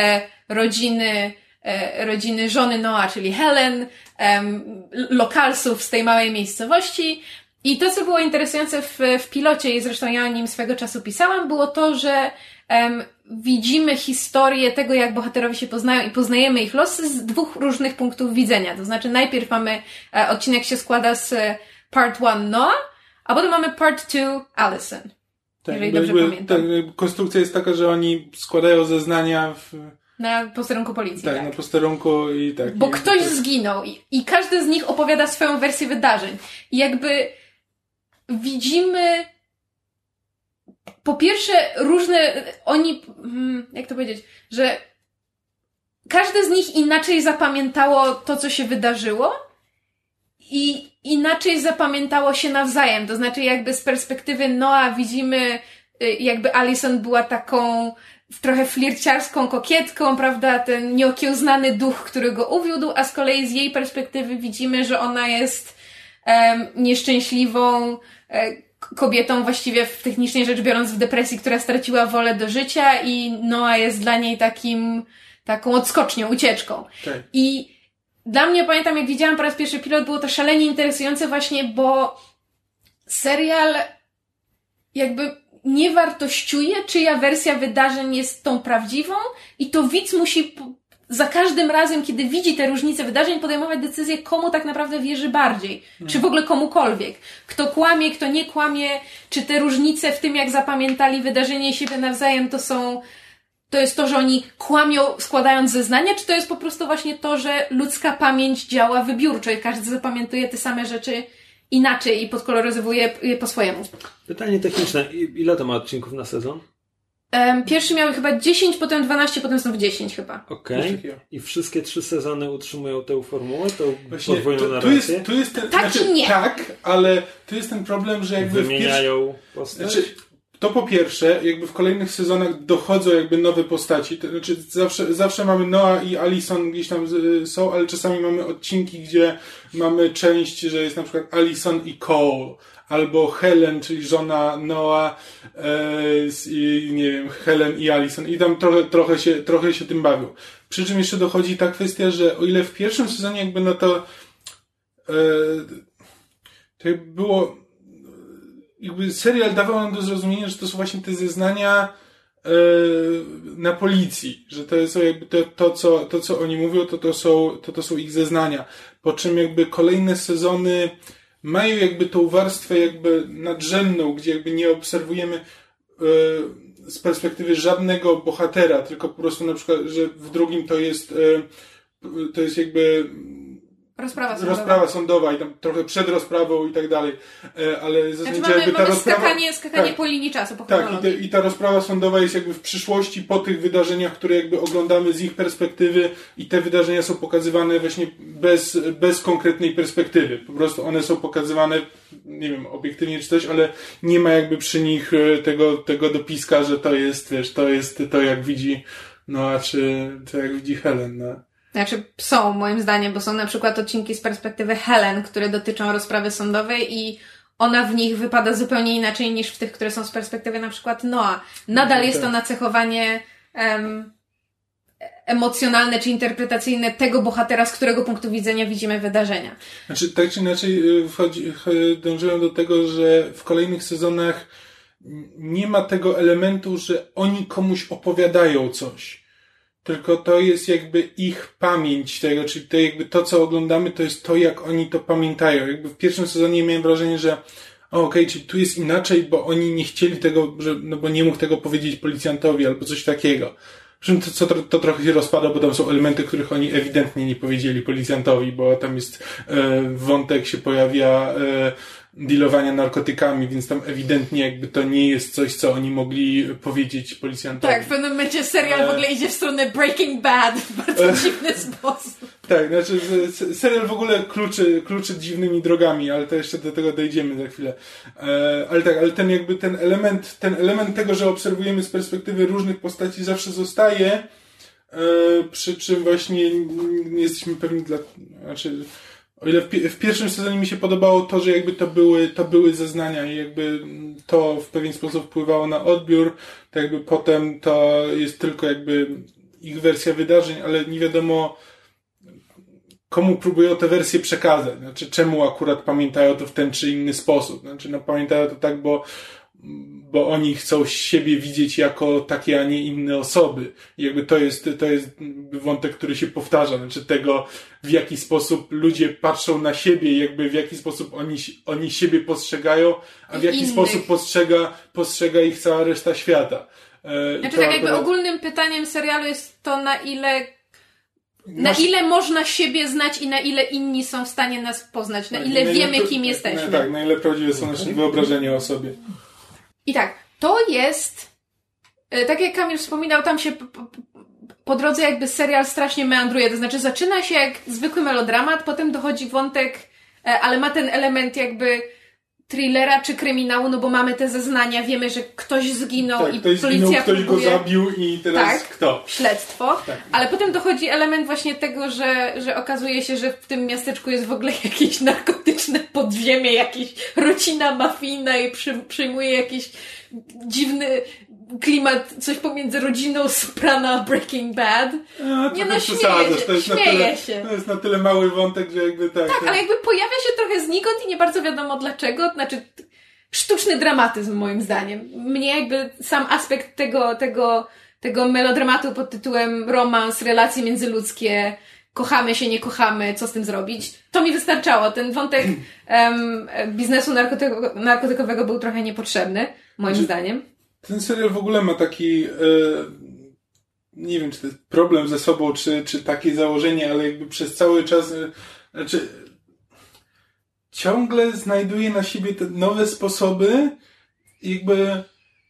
rodziny żony Noah, czyli Helen, lokalsów z tej małej miejscowości. I to, co było interesujące w pilocie, i zresztą ja o nim swego czasu pisałam, było to, że widzimy historię tego, jak bohaterowie się poznają i poznajemy ich losy z 2 różnych punktów widzenia. To znaczy najpierw mamy, odcinek się składa z part 1 Noah, a potem mamy part 2 Allison. Tak, jeżeli dobrze pamiętam. Konstrukcja jest taka, że oni składają zeznania na posterunku policji. Tak, na posterunku i tak. Bo ktoś zginął i każdy z nich opowiada swoją wersję wydarzeń. I jakby widzimy po pierwsze różne, jak to powiedzieć, że każde z nich inaczej zapamiętało to, co się wydarzyło i inaczej zapamiętało się nawzajem. To znaczy jakby z perspektywy Noah widzimy, jakby Allison była taką trochę flirciarską kokietką, prawda, ten nieokiełznany duch, który go uwiódł, a z kolei z jej perspektywy widzimy, że ona jest nieszczęśliwą kobietą, właściwie technicznie rzecz biorąc w depresji, która straciła wolę do życia i Noah jest dla niej taką odskocznią, ucieczką. Tak. I dla mnie, pamiętam, jak widziałam po raz pierwszy pilot, było to szalenie interesujące właśnie, bo serial jakby nie wartościuje, czyja wersja wydarzeń jest tą prawdziwą i to widz musi za każdym razem, kiedy widzi te różnice wydarzeń, podejmować decyzję, komu tak naprawdę wierzy bardziej. Czy w ogóle komukolwiek. Kto kłamie, kto nie kłamie, czy te różnice w tym, jak zapamiętali wydarzenie siebie nawzajem, to jest to, że oni kłamią składając zeznania, czy to jest po prostu właśnie to, że ludzka pamięć działa wybiórczo i każdy zapamiętuje te same rzeczy inaczej i podkoloryzowuje je po swojemu. Pytanie techniczne. Ile to ma odcinków na sezon? Pierwszy miały chyba 10, potem 12, potem znów 10 chyba. Okej. I wszystkie 3 sezony utrzymują tę formułę, tą podwójną narrację? Tu jest ten, tak i nie. Tak, ale tu jest ten problem, że jakby wymieniają postać? To po pierwsze, jakby w kolejnych sezonach dochodzą jakby nowe postaci. To znaczy zawsze mamy Noah i Allison gdzieś tam są, ale czasami mamy odcinki, gdzie mamy część, że jest na przykład Allison i Cole. Albo Helen, czyli żona Noah, nie wiem, Helen i Allison. I tam trochę się tym bawią. Przy czym jeszcze dochodzi ta kwestia, że o ile w pierwszym sezonie jakby no to było, jakby serial dawał nam do zrozumienia, że to są właśnie te zeznania na policji, że to jest jakby to co oni mówią, to są ich zeznania. Po czym jakby kolejne sezony mają jakby tą warstwę jakby nadrzędną, gdzie jakby nie obserwujemy z perspektywy żadnego bohatera, tylko po prostu na przykład, że w drugim to jest jakby rozprawa sądowa i tam trochę przed rozprawą i tak dalej, ale zasadniczo jakby ta rozprawa... skakanie po linii czasu, po chronologii. Tak, i ta rozprawa sądowa jest jakby w przyszłości po tych wydarzeniach, które jakby oglądamy z ich perspektywy i te wydarzenia są pokazywane właśnie bez konkretnej perspektywy. Po prostu one są pokazywane, nie wiem, obiektywnie czy coś, ale nie ma jakby przy nich tego dopiska, że to jest, wiesz, to jest to jak widzi Noah, czy to jak widzi Helen, no. Znaczy są, moim zdaniem, bo są na przykład odcinki z perspektywy Helen, które dotyczą rozprawy sądowej i ona w nich wypada zupełnie inaczej niż w tych, które są z perspektywy na przykład Noah. Nadal jest to nacechowanie emocjonalne czy interpretacyjne tego bohatera, z którego punktu widzenia widzimy wydarzenia. Znaczy, tak czy inaczej dążyłem do tego, że w kolejnych sezonach nie ma tego elementu, że oni komuś opowiadają coś. Tylko to jest jakby ich pamięć tego, czyli to jakby to, co oglądamy, to jest to, jak oni to pamiętają. Jakby w pierwszym sezonie miałem wrażenie, że okej, czyli tu jest inaczej, bo oni nie chcieli tego, bo nie mógł tego powiedzieć policjantowi albo coś takiego. To trochę się rozpada, bo tam są elementy, których oni ewidentnie nie powiedzieli policjantowi, bo tam jest wątek się pojawia dealowania narkotykami, więc tam ewidentnie jakby to nie jest coś, co oni mogli powiedzieć policjantowi. Tak, w pewnym momencie serial w ogóle idzie w stronę Breaking Bad w bardzo dziwny sposób. Tak, znaczy serial w ogóle kluczy dziwnymi drogami, ale to jeszcze do tego dojdziemy za chwilę. Ale ten element tego, że obserwujemy z perspektywy różnych postaci zawsze zostaje, przy czym właśnie nie jesteśmy pewni o ile w pierwszym sezonie mi się podobało to, że jakby to były zeznania i jakby to w pewien sposób wpływało na odbiór, to jakby potem to jest tylko jakby ich wersja wydarzeń, ale nie wiadomo komu próbują tę wersję przekazać, znaczy czemu akurat pamiętają to w ten czy inny sposób, znaczy pamiętają to tak, bo oni chcą siebie widzieć jako takie, a nie inne osoby. I jakby to jest wątek, który się powtarza, znaczy tego, w jaki sposób ludzie patrzą na siebie, jakby w jaki sposób oni siebie postrzegają, a w jaki sposób postrzega ich cała reszta świata. Znaczy tak jakby ogólnym pytaniem serialu jest to, na ile można siebie znać i na ile inni są w stanie nas poznać, na ile wiemy, kim jesteśmy. Tak, na ile prawdziwe są nasze wyobrażenia o sobie. I tak, to jest, tak jak Kamil wspominał, tam się po drodze jakby serial strasznie meandruje, to znaczy zaczyna się jak zwykły melodramat, potem dochodzi wątek, ale ma ten element jakby thrillera czy kryminału, no bo mamy te zeznania, wiemy, że ktoś zginął tak, i ktoś policja ktoś go zabił i teraz kto? Śledztwo. Tak. Ale potem dochodzi element właśnie tego, że okazuje się, że w tym miasteczku jest w ogóle jakieś narkotyczne podziemie, jakaś rodzina mafijna i przyjmuje jakiś dziwny klimat, coś pomiędzy rodziną Soprano a Breaking Bad. Śmieje się. To jest na tyle mały wątek, że jakby tak. Tak, ale jakby pojawia się trochę znikąd i nie bardzo wiadomo dlaczego. Znaczy, sztuczny dramatyzm moim zdaniem. Mnie jakby sam aspekt tego melodramatu pod tytułem romans, relacje międzyludzkie, kochamy się, nie kochamy, co z tym zrobić. To mi wystarczało. Ten wątek biznesu narkotykowego był trochę niepotrzebny, moim zdaniem. Ten serial w ogóle ma taki nie wiem, czy to jest problem ze sobą, czy takie założenie, ale jakby przez cały czas ciągle znajduje na siebie te nowe sposoby i jakby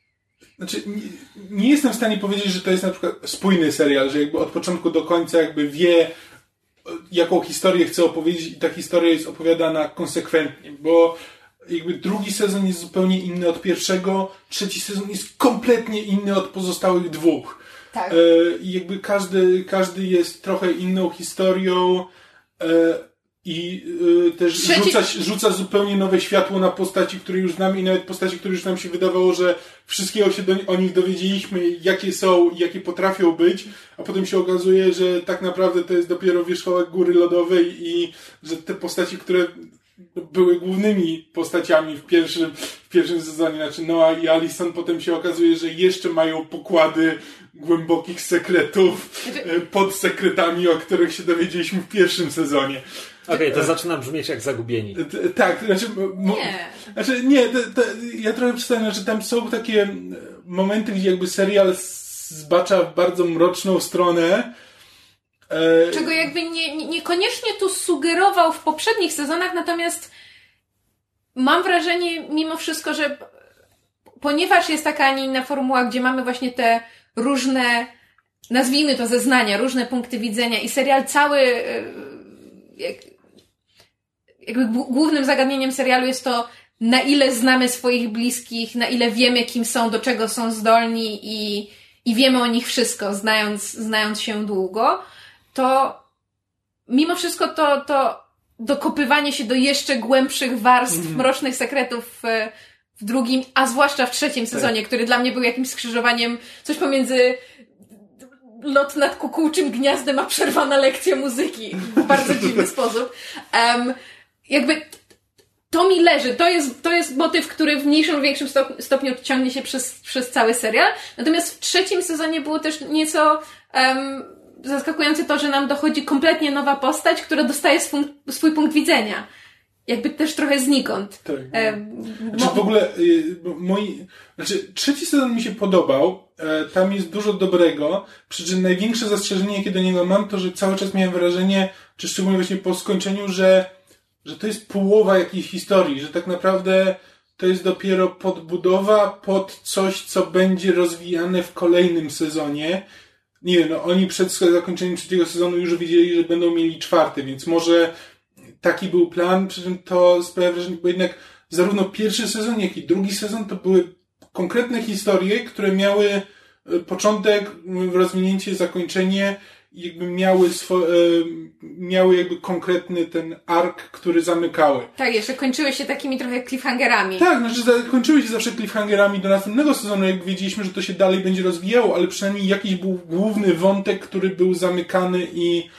nie jestem w stanie powiedzieć, że to jest na przykład spójny serial, że jakby od początku do końca jakby wie, jaką historię chce opowiedzieć i ta historia jest opowiadana konsekwentnie, bo jakby drugi sezon jest zupełnie inny od pierwszego, trzeci sezon jest kompletnie inny od pozostałych dwóch. Tak. I jakby każdy jest trochę inną historią i też rzuca zupełnie nowe światło na postaci, które już znamy i nawet postaci, które już nam się wydawało, że wszystkiego się o nich dowiedzieliśmy, jakie są, jakie potrafią być, a potem się okazuje, że tak naprawdę to jest dopiero wierzchołek góry lodowej i że te postaci, które były głównymi postaciami w pierwszym sezonie, znaczy Noah i Allison, potem się okazuje, że jeszcze mają pokłady głębokich sekretów pod sekretami, o których się dowiedzieliśmy w pierwszym sezonie. Okej, to zaczyna brzmieć jak Zagubieni. Tak, ja trochę przedstawiam, że tam są takie momenty, gdzie jakby serial zbacza w bardzo mroczną stronę, Czego jakby niekoniecznie tu sugerował w poprzednich sezonach, natomiast mam wrażenie mimo wszystko, że ponieważ jest taka, a nie inna formuła, gdzie mamy właśnie te różne, nazwijmy to zeznania, różne punkty widzenia i serial cały, jakby głównym zagadnieniem serialu jest to, na ile znamy swoich bliskich, na ile wiemy, kim są, do czego są zdolni i wiemy o nich wszystko, znając się długo, to mimo wszystko to dokopywanie się do jeszcze głębszych warstw mrocznych sekretów w drugim, a zwłaszcza w trzecim sezonie, który dla mnie był jakimś skrzyżowaniem, coś pomiędzy lot nad kukułczym gniazdem, a przerwana lekcja muzyki w bardzo dziwny sposób. Jakby to mi leży. To jest motyw, który w mniejszym lub większym stopniu ciągnie się przez cały serial. Natomiast w trzecim sezonie było też nieco zaskakujące to, że nam dochodzi kompletnie nowa postać, która dostaje swój punkt widzenia. Jakby też trochę znikąd. Tak. W ogóle trzeci sezon mi się podobał. Tam jest dużo dobrego. Przy czym największe zastrzeżenie, jakie do niego mam, to, że cały czas miałem wrażenie, czy szczególnie właśnie po skończeniu, że to jest połowa jakiejś historii, że tak naprawdę to jest dopiero podbudowa pod coś, co będzie rozwijane w kolejnym sezonie. Nie wiem, oni przed zakończeniem trzeciego sezonu już wiedzieli, że będą mieli czwarty, więc może taki był plan, przy czym to sprawia wrażenie, bo jednak zarówno pierwszy sezon, jak i drugi sezon to były konkretne historie, które miały początek, rozwinięcie, zakończenie i jakby miały jakby konkretny ten ark, który zamykały. Tak, jeszcze kończyły się takimi trochę cliffhangerami. Tak, kończyły się zawsze cliffhangerami do następnego sezonu, jak wiedzieliśmy, że to się dalej będzie rozwijało, ale przynajmniej jakiś był główny wątek, który był zamykany i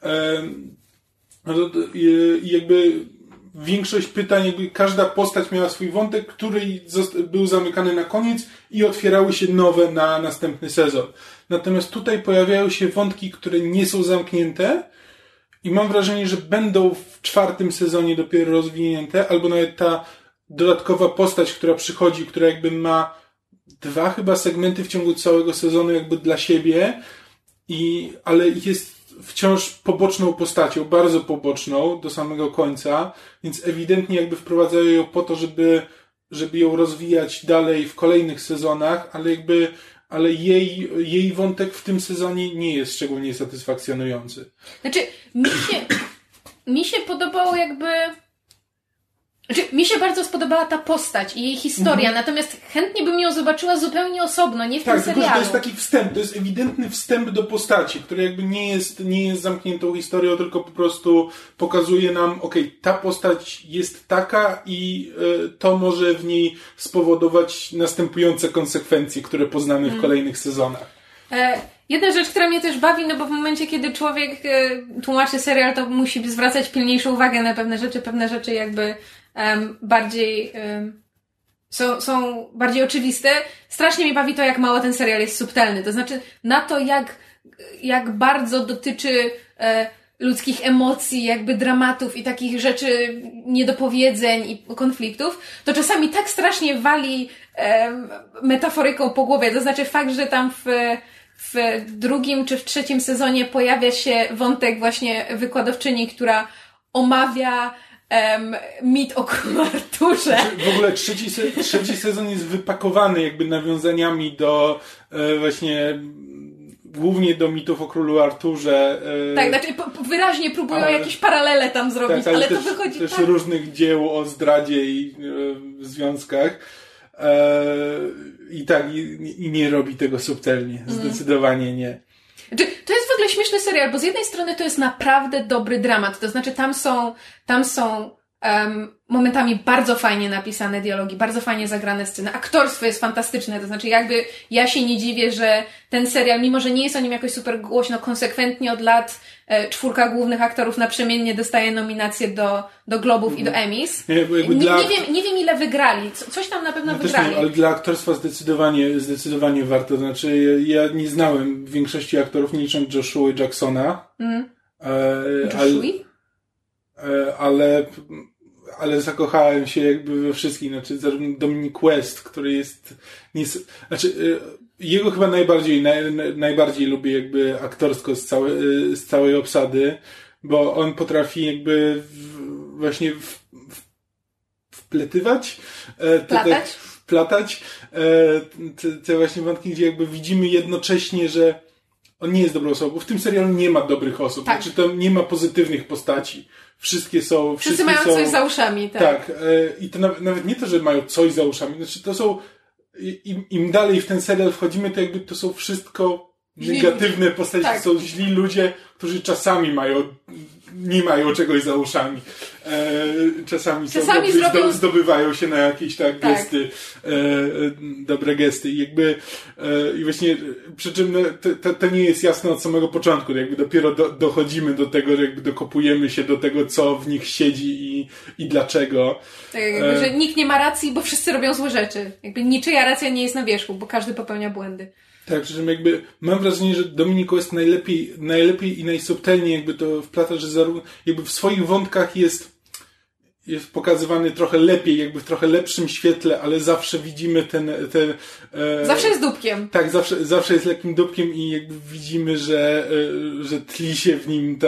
jakby większość pytań, jakby każda postać miała swój wątek, który był zamykany na koniec i otwierały się nowe na następny sezon. Natomiast tutaj pojawiają się wątki, które nie są zamknięte i mam wrażenie, że będą w czwartym sezonie dopiero rozwinięte, albo nawet ta dodatkowa postać, która przychodzi, która jakby ma 2 chyba segmenty w ciągu całego sezonu jakby dla siebie, ale jest wciąż poboczną postacią, bardzo poboczną do samego końca, więc ewidentnie jakby wprowadzają ją po to, żeby ją rozwijać dalej w kolejnych sezonach, ale jej wątek w tym sezonie nie jest szczególnie satysfakcjonujący. Znaczy, mi się podobało jakby... Znaczy, mi się bardzo spodobała ta postać i jej historia, natomiast chętnie bym ją zobaczyła zupełnie osobno, nie w tym serialu. Tak, tylko że to jest taki wstęp, to jest ewidentny wstęp do postaci, który jakby nie jest zamkniętą historią, tylko po prostu pokazuje nam, ta postać jest taka i to może w niej spowodować następujące konsekwencje, które poznamy w kolejnych sezonach. Jedna rzecz, która mnie też bawi, no bo w momencie, kiedy człowiek tłumaczy serial, to musi zwracać pilniejszą uwagę na pewne rzeczy jakby bardziej są bardziej oczywiste. Strasznie mnie bawi to, jak mało ten serial jest subtelny. To znaczy na to, jak bardzo dotyczy ludzkich emocji, jakby dramatów i takich rzeczy, niedopowiedzeń i konfliktów, to czasami tak strasznie wali metaforyką po głowie. To znaczy fakt, że tam w drugim czy w trzecim sezonie pojawia się wątek właśnie wykładowczyni, która omawia mit o Królu Arturze. W ogóle trzeci sezon jest wypakowany jakby nawiązaniami do właśnie głównie do mitów o Królu Arturze. Tak, znaczy wyraźnie próbują jakieś paralele tam zrobić, tak, ale to wychodzi też różnych dzieł o zdradzie i związkach. I nie robi tego subtelnie. Zdecydowanie nie. To jest w ogóle śmieszny serial, bo z jednej strony to jest naprawdę dobry dramat, to znaczy tam są momentami bardzo fajnie napisane dialogi, bardzo fajnie zagrane sceny, aktorstwo jest fantastyczne, to znaczy jakby ja się nie dziwię, że ten serial, mimo że nie jest o nim jakoś super głośno, konsekwentnie od lat 4 głównych aktorów naprzemiennie dostaje nominacje do Globów i do Emmys. Nie wiem ile wygrali, coś tam na pewno wygrali. Nie, ale dla aktorstwa zdecydowanie warto, to znaczy ja nie znałem większości aktorów, nie licząc Joshua Jacksona. ale zakochałem się jakby we wszystkich, znaczy zarówno Dominic West, który jest, jego chyba najbardziej lubię jakby aktorsko z całej obsady, bo on potrafi jakby właśnie wpletywać, wplatać te właśnie wątki, gdzie jakby widzimy jednocześnie, że on nie jest dobrą osobą, bo w tym serialu nie ma dobrych osób, znaczy tam nie ma pozytywnych postaci. Wszyscy mają coś za uszami, tak. Tak, i to nawet nie to, że mają coś za uszami, znaczy to są, im dalej w ten serial wchodzimy, to jakby to są wszystko negatywne postaci, to są źli ludzie, którzy czasami nie mają czegoś za uszami. Czasami zdobywają się na jakieś gesty, dobre gesty. I jakby i właśnie, przy czym to nie jest jasne od samego początku. Jakby dopiero dochodzimy do tego, że jakby dokopujemy się do tego, co w nich siedzi i dlaczego. Tak, jakby, że nikt nie ma racji, bo wszyscy robią złe rzeczy. Jakby niczyja racja nie jest na wierzchu, bo każdy popełnia błędy. Tak, przy czym jakby mam wrażenie, że Dominic West najlepiej i najsubtelniej jakby to wplata, że zarówno jakby w swoich wątkach jest pokazywany trochę lepiej, jakby w trochę lepszym świetle, ale zawsze widzimy zawsze jest dupkiem. Tak, zawsze jest lekkim dupkiem i jakby widzimy, że tli się w nim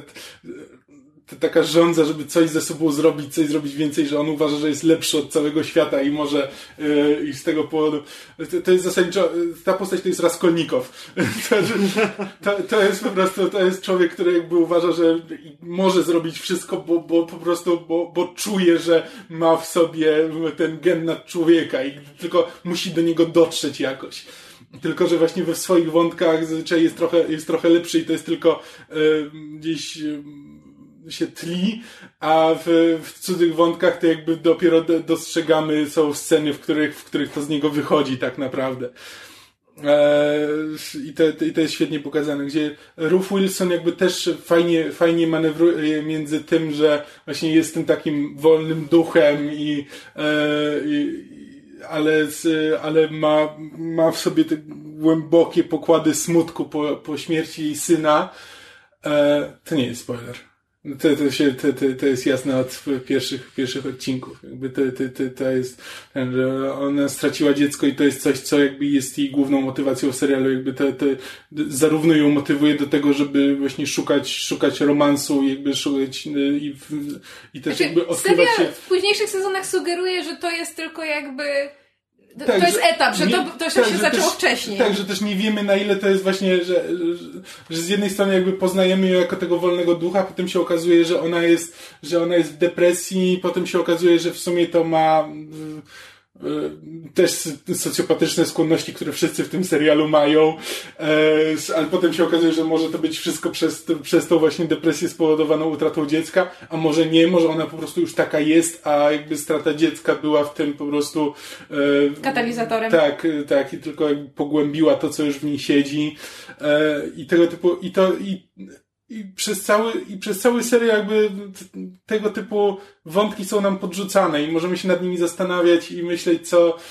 taka żądza, żeby coś ze sobą zrobić, coś zrobić więcej, że on uważa, że jest lepszy od całego świata i może i z tego powodu to jest zasadniczo, ta postać to jest Raskolnikow. To jest po prostu, to jest człowiek, który jakby uważa, że może zrobić wszystko, bo po prostu, bo czuje, że ma w sobie ten gen nad człowieka i tylko musi do niego dotrzeć jakoś. Tylko, że właśnie we swoich wątkach zazwyczaj jest trochę lepszy i to jest tylko gdzieś się tli, a w cudzych wątkach to jakby dopiero dostrzegamy, są sceny, w których to z niego wychodzi tak naprawdę. I to jest świetnie pokazane, gdzie Ruth Wilson jakby też fajnie manewruje między tym, że właśnie jest tym takim wolnym duchem ale ma w sobie te głębokie pokłady smutku po śmierci jej syna. To nie jest spoiler. To jest jasne od pierwszych odcinków. Jakby to jest, że ona straciła dziecko i to jest coś, co jakby jest jej główną motywacją w serialu. Jakby to zarówno ją motywuje do tego, żeby właśnie szukać romansu, jakby szukać i też jakby odkrywać się. W późniejszych sezonach sugeruje, że to jest tylko jakby to jest etap, że to się zaczęło wcześniej. Tak, że też nie wiemy, na ile to jest właśnie, że z jednej strony jakby poznajemy ją jako tego wolnego ducha, potem się okazuje, że ona jest w depresji, potem się okazuje, że w sumie to ma też socjopatyczne skłonności, które wszyscy w tym serialu mają, ale potem się okazuje, że może to być wszystko przez tą właśnie depresję spowodowaną utratą dziecka, a może nie, może ona po prostu już taka jest, a jakby strata dziecka była w tym po prostu katalizatorem. Tak, i tylko jakby pogłębiła to, co już w niej siedzi i tego typu, i przez cały serial jakby tego typu wątki są nam podrzucane i możemy się nad nimi zastanawiać i myśleć,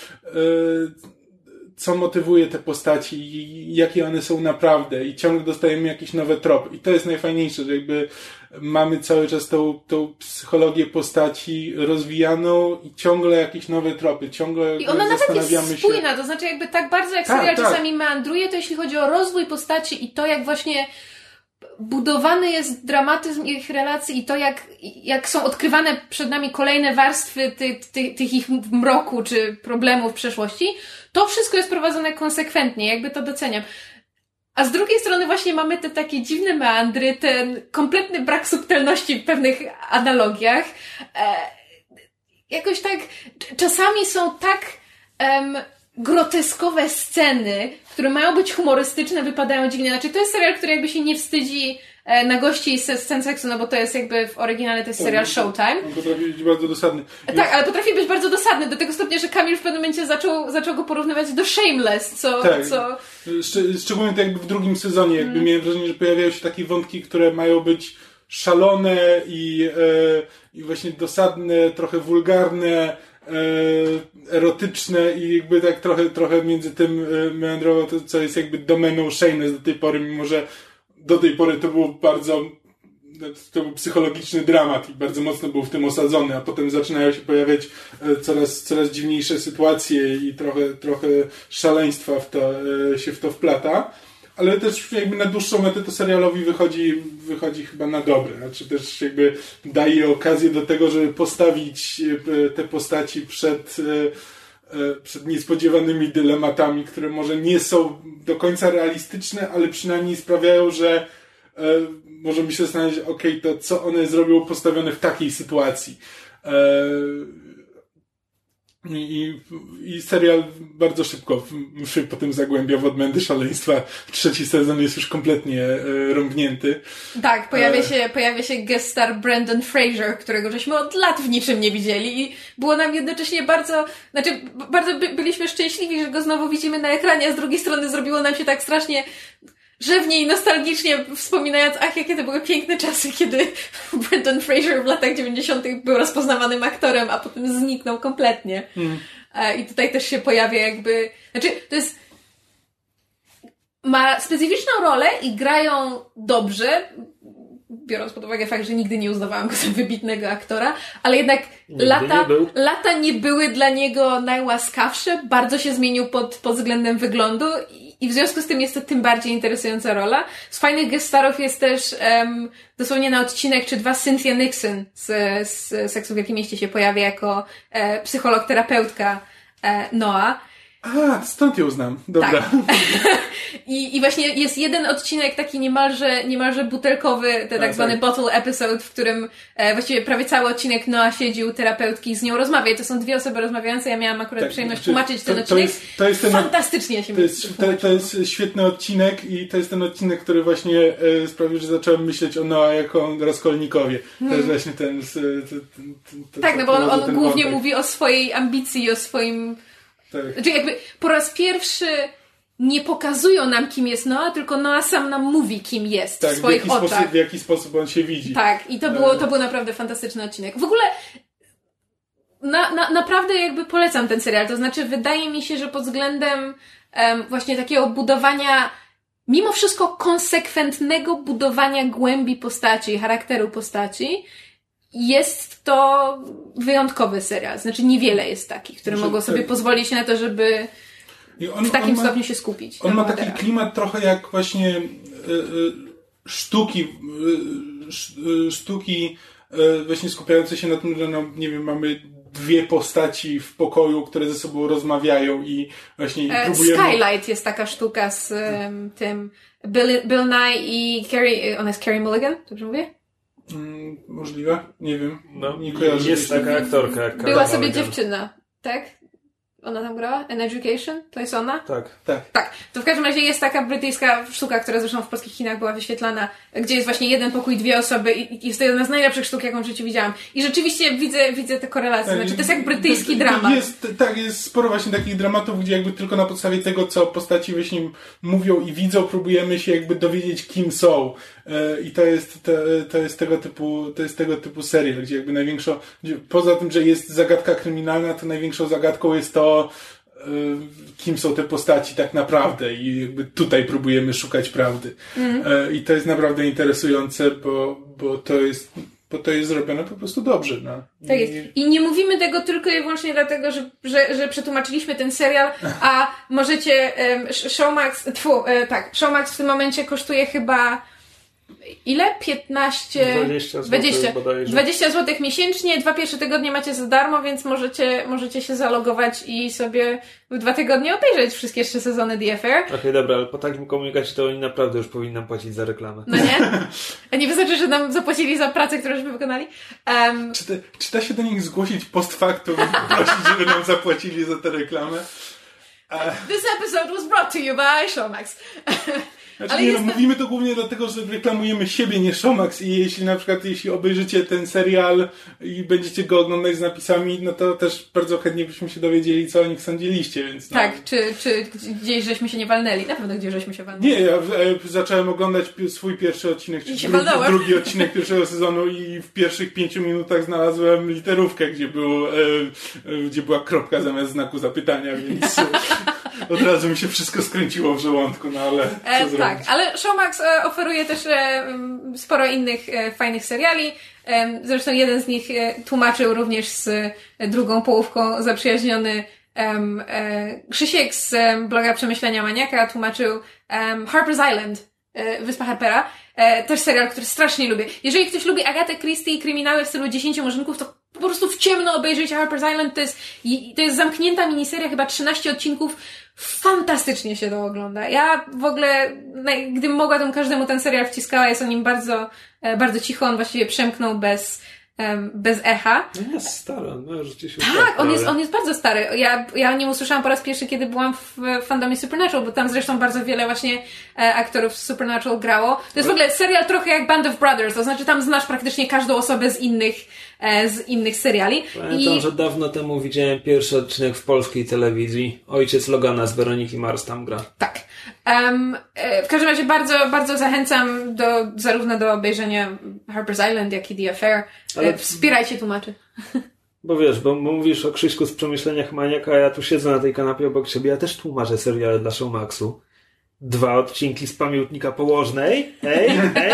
co motywuje te postaci i jakie one są naprawdę i ciągle dostajemy jakieś nowe tropy. I to jest najfajniejsze, że jakby mamy cały czas tą psychologię postaci rozwijaną i ciągle jakieś nowe tropy, ciągle i ona zastanawiamy nawet jest spójna, to znaczy jakby tak bardzo jak serial czasami meandruje, to jeśli chodzi o rozwój postaci i to jak właśnie budowany jest dramatyzm ich relacji i to, jak są odkrywane przed nami kolejne warstwy tych ich mroku czy problemów w przeszłości, to wszystko jest prowadzone konsekwentnie, jakby to doceniam. A z drugiej strony właśnie mamy te takie dziwne meandry, ten kompletny brak subtelności w pewnych analogiach. Jakoś tak, czasami są tak groteskowe sceny, które mają być humorystyczne, wypadają dziwnie. Znaczy, to jest serial, który jakby się nie wstydzi nagości scen seksu, no bo to jest jakby w oryginale to jest serial Showtime. On potrafi być bardzo dosadny. Tak, ale potrafi być bardzo dosadny, do tego stopnia, że Kamil w pewnym momencie zaczął go porównywać do Shameless, Szczególnie to jakby w drugim sezonie, jakby miałem wrażenie, że pojawiają się takie wątki, które mają być szalone i właśnie dosadne, trochę wulgarne, erotyczne i jakby tak trochę między tym meandrował to, co jest jakby domeną Shameless do tej pory, mimo że do tej pory to było bardzo to był psychologiczny dramat i bardzo mocno był w tym osadzony, a potem zaczynają się pojawiać coraz dziwniejsze sytuacje i trochę szaleństwa się w to wplata. Ale też jakby na dłuższą metę to serialowi wychodzi chyba na dobre. Znaczy też jakby daje okazję do tego, żeby postawić te postaci przed niespodziewanymi dylematami, które może nie są do końca realistyczne, ale przynajmniej sprawiają, że możemy się zastanawiać, to co one zrobią postawione w takiej sytuacji. I serial bardzo szybko się potem zagłębia w odmęty szaleństwa. 3. sezon jest już kompletnie rąbnięty. Tak, pojawia się guest star Brendan Fraser, którego żeśmy od lat w niczym nie widzieli i było nam jednocześnie bardzo byliśmy szczęśliwi, że go znowu widzimy na ekranie, a z drugiej strony zrobiło nam się tak strasznie rzewnie i nostalgicznie wspominając, jakie to były piękne czasy, kiedy Brendan Fraser w latach 90. był rozpoznawanym aktorem, a potem zniknął kompletnie. I tutaj też się pojawia ma specyficzną rolę i grają dobrze, biorąc pod uwagę fakt, że nigdy nie uznawałam go za wybitnego aktora, ale jednak lata nie były dla niego najłaskawsze, bardzo się zmienił pod względem wyglądu i w związku z tym jest to tym bardziej interesująca rola. Z fajnych guest starów jest też dosłownie na odcinek czy dwa Cynthia Nixon z Seksu w Wielkim Mieście się pojawia jako psycholog-terapeutka Noah. Stąd ją znam. Dobra. Tak. I właśnie jest jeden odcinek taki niemalże butelkowy, tak zwany bottle episode, w którym właściwie prawie cały odcinek Noah siedzi u terapeutki i z nią rozmawia. I to są dwie osoby rozmawiające. Ja miałam akurat przyjemność tłumaczyć ten odcinek. Fantastycznie się to jest świetny odcinek i to jest ten odcinek, który właśnie sprawił, że zacząłem myśleć o Noah jako o Raskolnikowie. To jest właśnie ten... Tak, bo on głównie mówi o swojej ambicji, o swoim... Tak. Znaczy jakby po raz pierwszy nie pokazują nam, kim jest Noah, tylko Noah sam nam mówi, kim jest w swoich oczach. W jaki sposób on się widzi. Tak, i to był naprawdę fantastyczny odcinek. W ogóle naprawdę jakby polecam ten serial. To znaczy wydaje mi się, że pod względem właśnie takiego budowania, mimo wszystko konsekwentnego budowania głębi postaci, charakteru postaci, jest to wyjątkowy serial. Znaczy niewiele jest takich, które mogą sobie pozwolić na to, żeby w takim stopniu się skupić. On ma taki klimat trochę jak właśnie sztuki właśnie skupiające się na tym, że mamy dwie postaci w pokoju, które ze sobą rozmawiają i właśnie próbujemy... Skylight jest taka sztuka z tym Bill Nye i Carey... Ona jest Carey Mulligan? Dobrze mówię? Możliwe? Nie wiem. Nie kojarzę. Jest taka aktorka. Jak była sobie dziewczyna, tak? Ona tam grała? An Education? To jest ona? Tak. To w każdym razie jest taka brytyjska sztuka, która zresztą w polskich kinach była wyświetlana, gdzie jest właśnie jeden pokój, dwie osoby i jest to jedna z najlepszych sztuk, jaką w życiu widziałam. I rzeczywiście widzę te korelacje. Znaczy, to jest jak brytyjski dramat. Jest sporo właśnie takich dramatów, gdzie jakby tylko na podstawie tego, co postaci właśnie mówią i widzą, próbujemy się jakby dowiedzieć, kim są. I to jest tego typu serial, gdzie jakby poza tym, że jest zagadka kryminalna, to największą zagadką jest to, kim są te postaci tak naprawdę i jakby tutaj próbujemy szukać prawdy. I to jest naprawdę interesujące, bo to jest zrobione po prostu dobrze. No. Tak jest. I nie mówimy tego tylko i wyłącznie dlatego, że przetłumaczyliśmy ten serial, a możecie Showmax w tym momencie kosztuje chyba ile? 20 zł miesięcznie, 2 pierwsze tygodnie macie za darmo, więc możecie się zalogować i sobie w 2 tygodnie obejrzeć wszystkie 3 sezony The Affair. Okej, dobra, ale po takim komunikacie to oni naprawdę już powinni nam płacić za reklamę. No nie? A nie wystarczy, że nam zapłacili za pracę, którą żeśmy wykonali? Czy da się do nich zgłosić post factum i prosić, żeby nam zapłacili za tę reklamę? This episode was brought to you by Showmax. Znaczy, mówimy to głównie dlatego, że reklamujemy siebie, nie Showmax i jeśli obejrzycie ten serial i będziecie go oglądać z napisami, no to też bardzo chętnie byśmy się dowiedzieli, co o nich sądziliście, więc no. Tak, czy gdzieś żeśmy się nie walnęli? Na pewno gdzieś żeśmy się walnęli. Nie, ja zacząłem oglądać swój pierwszy odcinek, czy drugi odcinek pierwszego sezonu i w pierwszych 5 minutach znalazłem literówkę, gdzie była kropka zamiast znaku zapytania, więc Od razu mi się wszystko skręciło w żołądku, no ale co tak, zrobić? ale Showmax oferuje też sporo innych fajnych seriali. Zresztą jeden z nich tłumaczył również z drugą połówką zaprzyjaźniony Krzysiek z bloga Przemyślenia Maniaka tłumaczył Harper's Island, Wyspa Harpera. Też serial, który strasznie lubię. Jeżeli ktoś lubi Agatę Christie i kryminały w stylu 10 murzynków, to po prostu w ciemno obejrzyjcie Harper's Island. To jest zamknięta miniseria, chyba 13 odcinków. Fantastycznie się to ogląda. Ja w ogóle, gdybym mogła, to bym każdemu ten serial wciskała. Jest o nim bardzo, bardzo cicho. On właściwie przemknął bez echa. No jest stara, no życie się tak, on jest bardzo stary. Ja o nim usłyszałam po raz pierwszy, kiedy byłam w fandomie Supernatural, bo tam zresztą bardzo wiele właśnie aktorów z Supernatural grało. To jest w ogóle serial trochę jak Band of Brothers, to znaczy tam znasz praktycznie każdą osobę z innych seriali. Pamiętam, że dawno temu widziałem pierwszy odcinek w polskiej telewizji. Ojciec Logana z Weroniki Mars tam gra. Tak. W każdym razie bardzo, bardzo zachęcam zarówno do obejrzenia Harper's Island, jak i The Affair. Ale wspierajcie tłumaczy. Bo wiesz, bo mówisz o Krzyśku z Przemyśleniach Maniaka, a ja tu siedzę na tej kanapie obok siebie. Ja też tłumaczę seriale dla Showmaxu. 2 odcinki z Pamiętnika Położnej. Hej.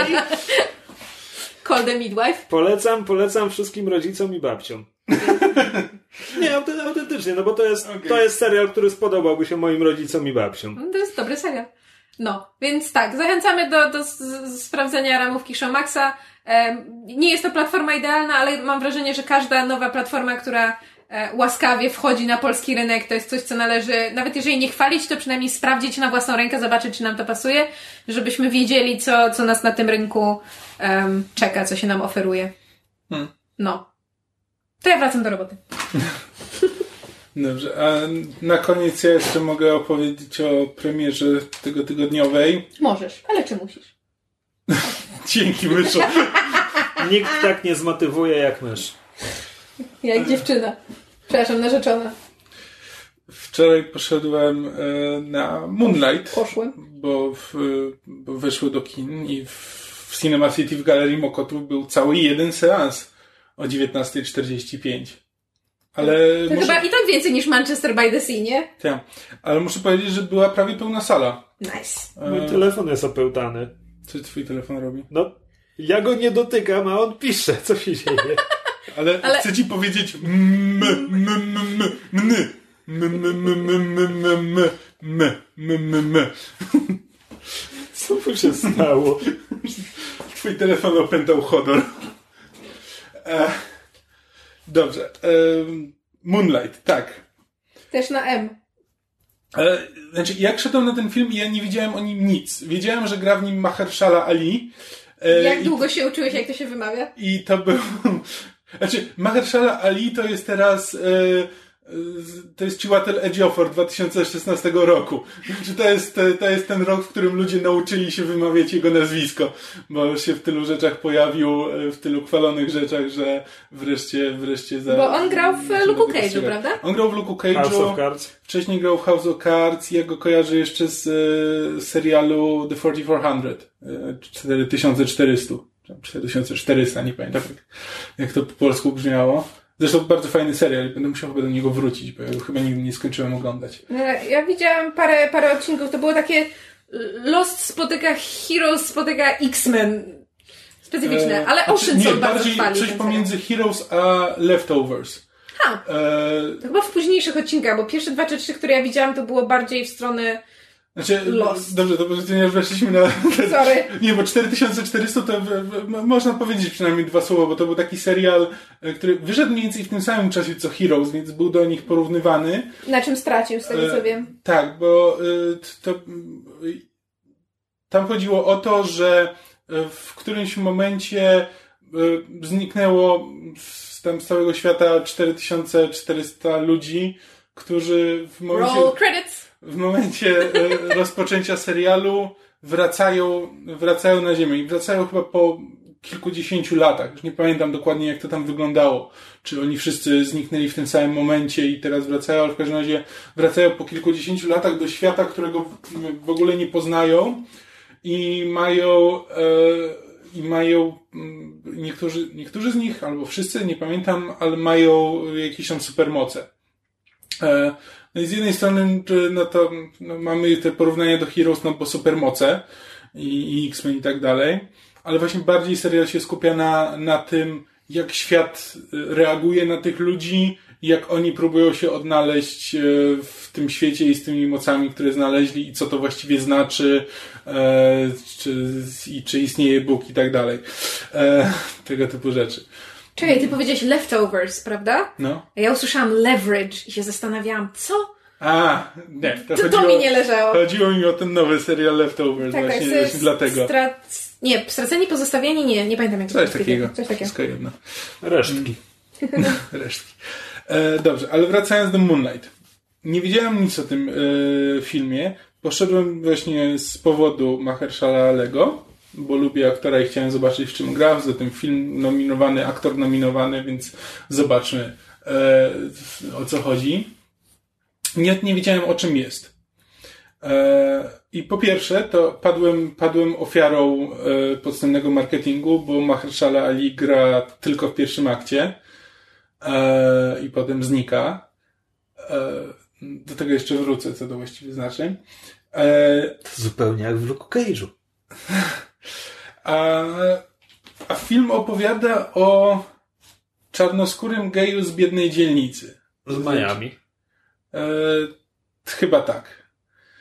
Call the Midwife. Polecam wszystkim rodzicom i babciom. Nie, autentycznie, no bo to jest serial, który spodobałby się moim rodzicom i babciom. To jest dobry serial. No, więc tak, zachęcamy do sprawdzenia ramówki Showmaxa. Nie jest to platforma idealna, ale mam wrażenie, że każda nowa platforma, która łaskawie wchodzi na polski rynek, to jest coś, co należy, nawet jeżeli nie chwalić, to przynajmniej sprawdzić na własną rękę, zobaczyć, czy nam to pasuje, żebyśmy wiedzieli, co nas na tym rynku czeka, co się nam oferuje. No. To ja wracam do roboty. Dobrze, a na koniec ja jeszcze mogę opowiedzieć o premierze tego tygodniowej. Możesz, ale czy musisz? Dzięki, myszu. Nikt tak nie zmotywuje jak mysz. Jak dziewczyna. Przepraszam, narzeczona. Wczoraj poszedłem na Moonlight. Poszłem. Bo weszły do kin i w Cinema City w Galerii Mokotów był cały jeden seans o 19:45. Ale to chyba i tak więcej niż Manchester by the Sea, nie? Tak, ale muszę powiedzieć, że była prawie pełna sala. Nice. Mój telefon jest opełtany. Co twój telefon robi? No, ja go nie dotykam, a on pisze, co się dzieje. Ale chcę ci powiedzieć Co mu się stało? Twój telefon opętał chodor. Dobrze. Moonlight, tak. Też na M. Znaczy, jak szedłem na ten film, ja nie wiedziałem o nim nic. Wiedziałem, że gra w nim Mahershala Ali. Jak długo się uczyłeś, jak to się wymawia? I to był... Znaczy, Mahershala Ali to jest teraz... To jest Chiwetel Ejiofor 2016 roku. Znaczy, to jest ten rok, w którym ludzie nauczyli się wymawiać jego nazwisko, bo się w tylu rzeczach pojawił, w tylu chwalonych rzeczach, że wreszcie bo on grał w Luke'u Cage'u, prawda? On grał w Luke'u Cage'u. House of Cards. Wcześniej grał w House of Cards. Ja go kojarzę jeszcze z serialu The 4400. 4400. 4400, nie pamiętam jak to po polsku brzmiało. Zresztą bardzo fajny serial, będę musiał chyba do niego wrócić, bo ja go chyba nigdy nie skończyłem oglądać. Ja widziałam parę odcinków, to było takie Lost spotyka Heroes, spotyka X-Men. Specyficzne, ale Ocean's bardzo chwali. Coś pomiędzy Heroes a Leftovers. To chyba w późniejszych odcinkach, bo pierwsze 2 czy 3, które ja widziałam, to było bardziej w stronę Lost. Dobrze, to ponieważ weszliśmy na... Sorry. Nie, bo 4400 to można powiedzieć przynajmniej 2 słowa, bo to był taki serial, który wyszedł mniej więcej w tym samym czasie co Heroes, więc był do nich porównywany. Na czym stracił, z tego co wiem. Tak, bo tam chodziło o to, że w którymś momencie zniknęło z całego świata 4400 ludzi, którzy w momencie rozpoczęcia serialu wracają na Ziemię i wracają chyba po kilkudziesięciu latach. Już nie pamiętam dokładnie, jak to tam wyglądało. Czy oni wszyscy zniknęli w tym samym momencie i teraz wracają, ale w każdym razie wracają po kilkudziesięciu latach do świata, którego w ogóle nie poznają i mają niektórzy z nich, albo wszyscy, nie pamiętam, ale mają jakieś tam supermoce. No i z jednej strony, no to mamy te porównania do Heroes, no bo supermoce i X-Men i tak dalej, ale właśnie bardziej serial się skupia na tym, jak świat reaguje na tych ludzi, jak oni próbują się odnaleźć w tym świecie i z tymi mocami, które znaleźli i co to właściwie znaczy, czy istnieje Bóg i tak dalej. Tego typu rzeczy. Czekaj, ty powiedziałeś Leftovers, prawda? No. A ja usłyszałam Leverage i się zastanawiałam, co? Nie. To mi nie leżało. Chodziło mi o ten nowy serial Leftovers, tak, właśnie dlatego. Straceni, pozostawieni, nie pamiętam jak Coś takiego. Wszystko jedno. Resztki. Dobrze, ale wracając do Moonlight. Nie wiedziałem nic o tym filmie. Poszedłem właśnie z powodu Mahershala Aliego, bo lubię aktora i chciałem zobaczyć, w czym gra. Zatem film nominowany, aktor nominowany, więc zobaczmy, o co chodzi. Nie wiedziałem, o czym jest. I po pierwsze, to padłem ofiarą podstępnego marketingu, bo Mahershala Ali gra tylko w pierwszym akcie i potem znika. Do tego jeszcze wrócę, co to właściwie znaczy. To zupełnie jak w Luke Cage'u. A film opowiada o czarnoskórym geju z biednej dzielnicy. Z Miami. Chyba tak.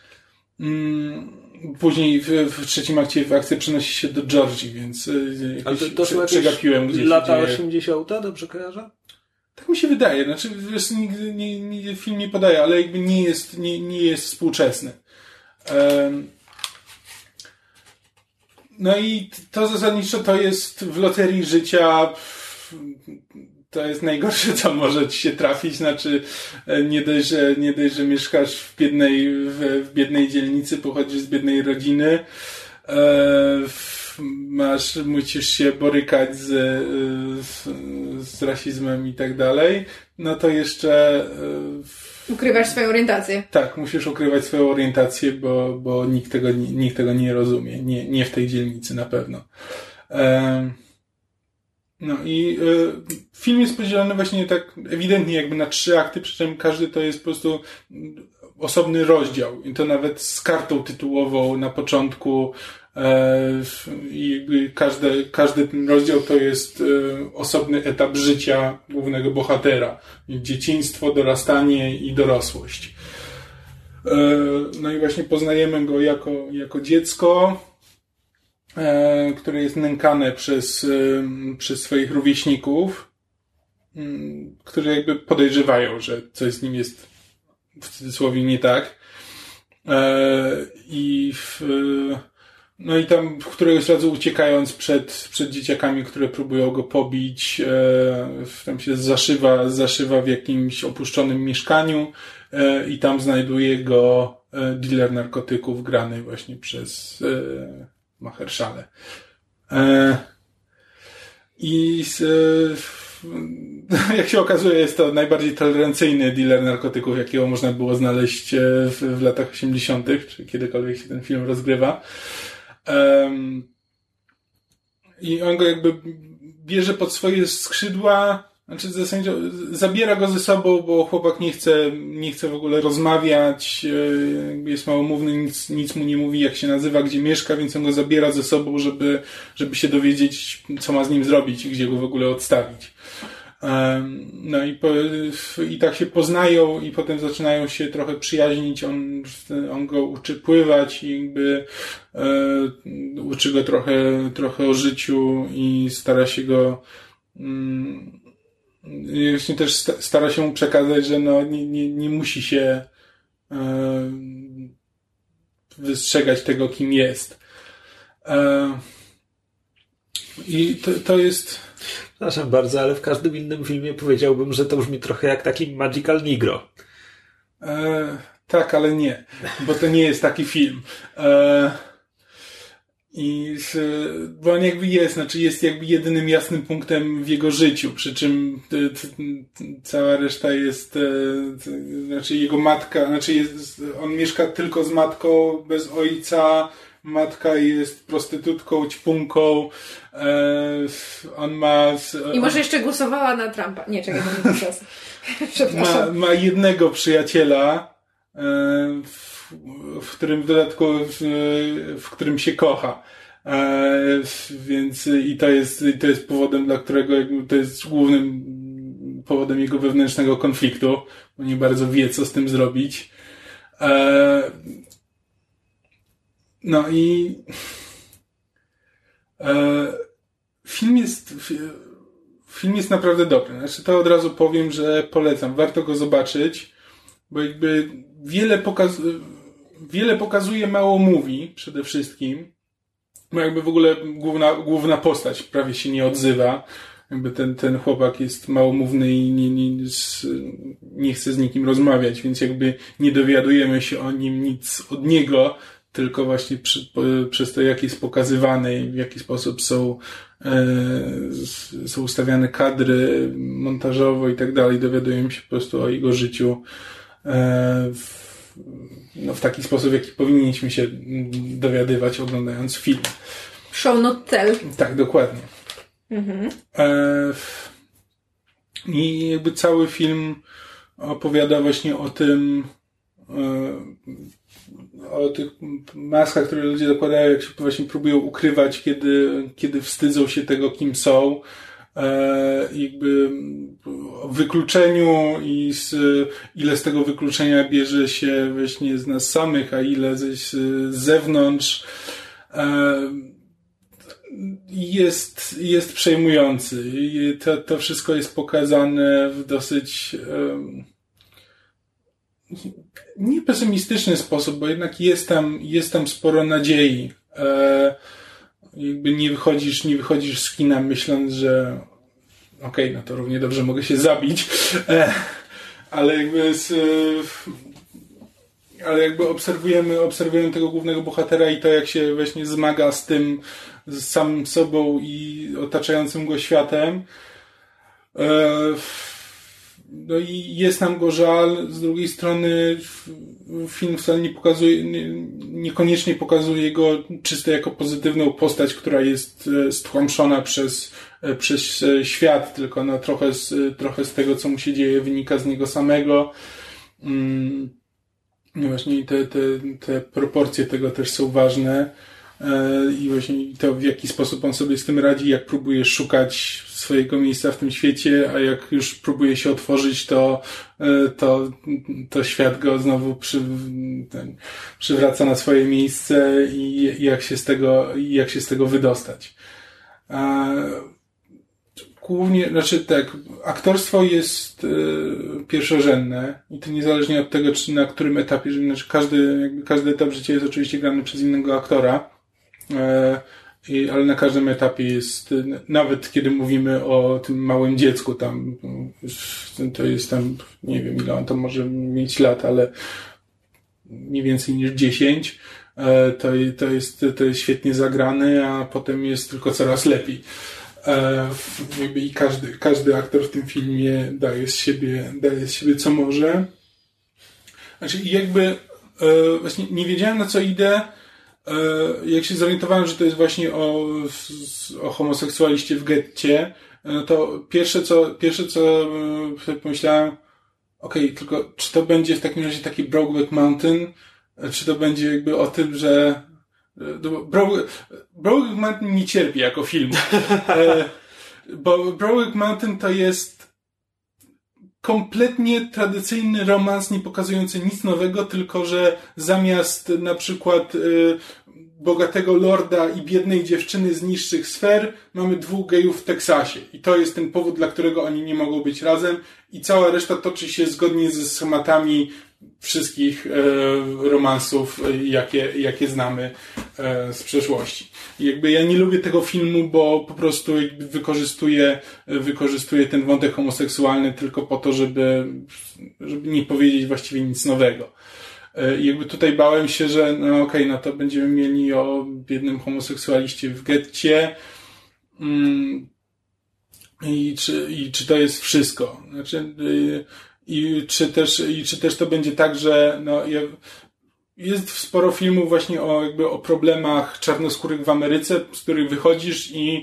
Później w trzecim akcie akcja przenosi się do Georgii, więc ale to są przegapiłem gdzieś. Lata 80. Dobrze kojarzę? Tak mi się wydaje. Znaczy, wiesz, nigdy film nie podaje, ale jakby nie jest współczesny. No i to zasadniczo to jest w loterii życia, to jest najgorsze, co może ci się trafić. Znaczy, nie dość, że mieszkasz w biednej dzielnicy, pochodzisz z biednej rodziny, musisz się borykać z rasizmem i tak dalej, no to jeszcze ukrywasz swoją orientację. Tak, musisz ukrywać swoją orientację, bo nikt tego nie rozumie. Nie w tej dzielnicy na pewno. No i film jest podzielony właśnie tak ewidentnie jakby na 3 akty, przy czym każdy to jest po prostu osobny rozdział. I to nawet z kartą tytułową na początku. I jakby każdy ten rozdział to jest osobny etap życia głównego bohatera. Dzieciństwo, dorastanie i dorosłość. No i właśnie poznajemy go jako dziecko, które jest nękane przez swoich rówieśników, którzy jakby podejrzewają, że coś z nim jest w cudzysłowie nie tak. No i tam któregoś razu uciekając przed dzieciakami, które próbują go pobić, tam się zaszywa w jakimś opuszczonym mieszkaniu i tam znajduje go dealer narkotyków grany właśnie przez Mahershale. Jak się okazuje, jest to najbardziej tolerancyjny dealer narkotyków, jakiego można było znaleźć w latach 80., czy kiedykolwiek się ten film rozgrywa. I on go jakby bierze pod swoje skrzydła, znaczy zasadniczo zabiera go ze sobą, bo chłopak nie chce w ogóle rozmawiać, jakby jest małomówny, nic mu nie mówi, jak się nazywa, gdzie mieszka, więc on go zabiera ze sobą, żeby się dowiedzieć, co ma z nim zrobić i gdzie go w ogóle odstawić. No i tak się poznają i potem zaczynają się trochę przyjaźnić. On go uczy pływać i jakby uczy go trochę o życiu i stara się go i właśnie też stara się mu przekazać, że no nie musi się wystrzegać tego, kim jest. I to jest... Przepraszam bardzo, ale w każdym innym filmie powiedziałbym, że to brzmi trochę jak taki Magical Negro. Tak, ale nie, bo to nie jest taki film. Bo on jakby jest jakby jedynym jasnym punktem w jego życiu, przy czym cała reszta jest, znaczy jego matka, on mieszka tylko z matką, bez ojca, matka jest prostytutką, ćpunką, on ma... I może jeszcze głosowała na Trumpa. Nie, czekaj, to nie czas. Przepraszam. Ma jednego przyjaciela, w którym w dodatku, w którym się kocha. Więc i to jest powodem, dla którego to jest głównym powodem jego wewnętrznego konfliktu, bo nie bardzo wie, co z tym zrobić. No i film jest naprawdę dobry. Znaczy, to od razu powiem, że polecam. Warto go zobaczyć, bo jakby wiele pokazuje, mało mówi przede wszystkim. Bo jakby w ogóle główna postać prawie się nie odzywa. Jakby ten chłopak jest małomówny i nie chce z nikim rozmawiać, więc jakby nie dowiadujemy się o nim nic od niego, tylko właśnie przez to, jak jest pokazywany i w jaki sposób są ustawiane kadry montażowo i tak dalej. Dowiadujemy się po prostu o jego życiu w taki sposób, w jaki powinniśmy się dowiadywać, oglądając film. Show not tell. Tak, dokładnie. Mhm. I jakby cały film opowiada właśnie o tym, o tych maskach, które ludzie zakładają, jak się właśnie próbują ukrywać, kiedy wstydzą się tego, kim są. Jakby o wykluczeniu i ile z tego wykluczenia bierze się właśnie z nas samych, a ile z zewnątrz. Jest przejmujący. I to wszystko jest pokazane w dosyć nie pesymistyczny sposób, bo jednak jest tam sporo nadziei. Jakby nie wychodzisz z kina myśląc, że okej, no to równie dobrze mogę się zabić, ale jakby obserwujemy tego głównego bohatera i to, jak się właśnie zmaga z tym, z samym sobą i otaczającym go światem. No i jest nam go żal. Z drugiej strony film wcale niekoniecznie pokazuje go czysto jako pozytywną postać, która jest stłamszona przez świat, tylko no trochę z tego, co mu się dzieje, wynika z niego samego. No właśnie te proporcje tego też są ważne. I właśnie to, w jaki sposób on sobie z tym radzi, jak próbuje szukać swojego miejsca w tym świecie, a jak już próbuje się otworzyć, to świat go znowu przywraca na swoje miejsce i jak się z tego wydostać. Głównie, znaczy tak, aktorstwo jest pierwszorzędne i to niezależnie od tego, czy na którym etapie, znaczy każdy etap życia jest oczywiście grany przez innego aktora, ale na każdym etapie jest, nawet kiedy mówimy o tym małym dziecku, tam to jest tam, nie wiem ile on tam może mieć lat, ale mniej więcej niż 10, to jest świetnie zagrany, a potem jest tylko coraz lepiej. I każdy aktor w tym filmie daje z siebie co może. Znaczy jakby właśnie nie wiedziałem, na co idę. Jak się zorientowałem, że to jest właśnie o homoseksualiście w getcie, to pierwsze co pomyślałem, okej, tylko czy to będzie w takim razie taki Brokeback Mountain, czy to będzie jakby o tym, że Brokeback Mountain nie cierpi jako film. Bo Brokeback Mountain to jest kompletnie tradycyjny romans, nie pokazujący nic nowego, tylko że zamiast na przykład bogatego lorda i biednej dziewczyny z niższych sfer mamy 2 gejów w Teksasie. I to jest ten powód, dla którego oni nie mogą być razem. I cała reszta toczy się zgodnie ze schematami wszystkich romansów, jakie znamy z przeszłości. I jakby ja nie lubię tego filmu, bo po prostu jakby wykorzystuje ten wątek homoseksualny tylko po to, żeby nie powiedzieć właściwie nic nowego. I jakby tutaj bałem się, że no okej, no to będziemy mieli o biednym homoseksualiście w getcie. I czy to jest wszystko? Znaczy, czy też to będzie tak, że no jest sporo filmów właśnie o problemach czarnoskórych w Ameryce, z których wychodzisz i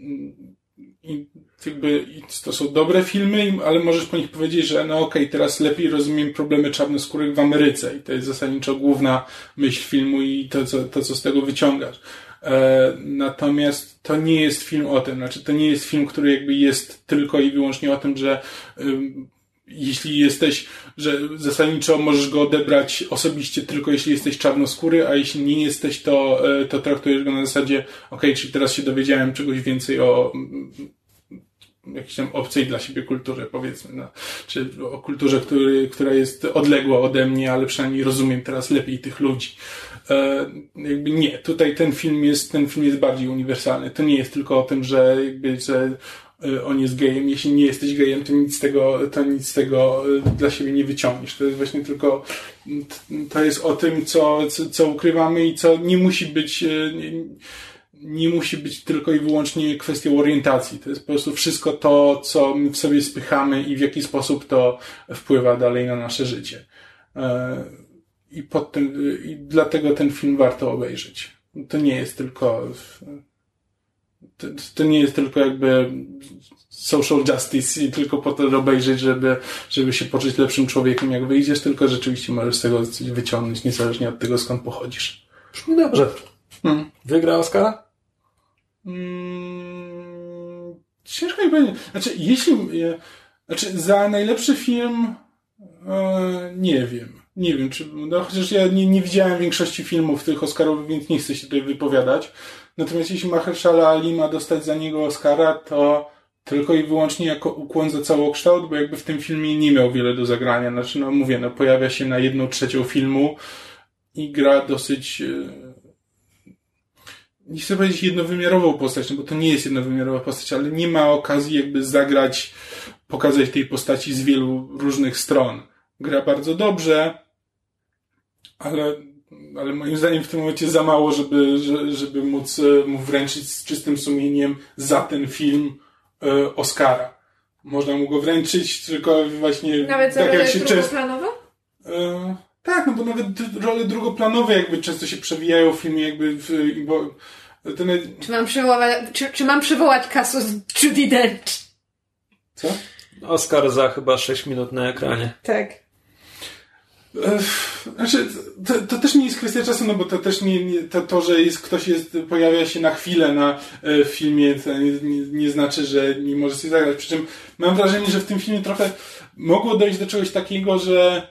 to są dobre filmy, ale możesz po nich powiedzieć, że no okej, teraz lepiej rozumiem problemy czarnoskórych w Ameryce i to jest zasadniczo główna myśl filmu i to co z tego wyciągasz. Natomiast to nie jest film o tym, znaczy to nie jest film, który jakby jest tylko i wyłącznie o tym, że jeśli jesteś, że zasadniczo możesz go odebrać osobiście tylko jeśli jesteś czarnoskóry, a jeśli nie jesteś, to traktujesz go na zasadzie okej, czyli teraz się dowiedziałem czegoś więcej o jakiejś tam obcej dla siebie kulturze, powiedzmy, no, czy o kulturze, która jest odległa ode mnie, ale przynajmniej rozumiem teraz lepiej tych ludzi. Jakby nie, tutaj ten film jest bardziej uniwersalny. To nie jest tylko o tym, że on jest gejem. Jeśli nie jesteś gejem, to nic z tego dla siebie nie wyciągniesz. To jest właśnie tylko, to jest o tym, co ukrywamy i co nie musi być tylko i wyłącznie kwestią orientacji. To jest po prostu wszystko to, co my w sobie spychamy i w jaki sposób to wpływa dalej na nasze życie. I dlatego ten film warto obejrzeć. To nie jest tylko jakby social justice i tylko po to obejrzeć, żeby się poczuć lepszym człowiekiem, jak wyjdziesz, tylko rzeczywiście możesz z tego coś wyciągnąć, niezależnie od tego, skąd pochodzisz. Brzmi dobrze. Wygra Oscara? Ciężko mi powiedzieć. Za najlepszy film nie wiem. Nie wiem, chociaż ja nie widziałem większości filmów tych Oscarowych, więc nie chcę się tutaj wypowiadać. Natomiast jeśli Mahershala Ali ma dostać za niego Oscara, to tylko i wyłącznie jako ukłon za całokształt, bo jakby w tym filmie nie miał wiele do zagrania. Znaczy, pojawia się na 1/3 filmu i gra dosyć, nie chcę powiedzieć jednowymiarową postać, bo to nie jest jednowymiarowa postać, ale nie ma okazji jakby pokazać tej postaci z wielu różnych stron. Gra bardzo dobrze, ale moim zdaniem w tym momencie za mało, żeby móc mu wręczyć z czystym sumieniem za ten film Oscara. Można mu go wręczyć, tylko właśnie nawet tak jak się drugoplanowe? Tak, bo nawet role drugoplanowe jakby często się przewijają w filmie Czy mam przywołać kasus Judi Dench? Co? Oscar za chyba 6 minut na ekranie. Tak. To też nie jest kwestia czasu, bo to też to, że ktoś pojawia się na chwilę w filmie, to nie znaczy, że nie może sobie zagrać. Przy czym mam wrażenie, że w tym filmie trochę mogło dojść do czegoś takiego, że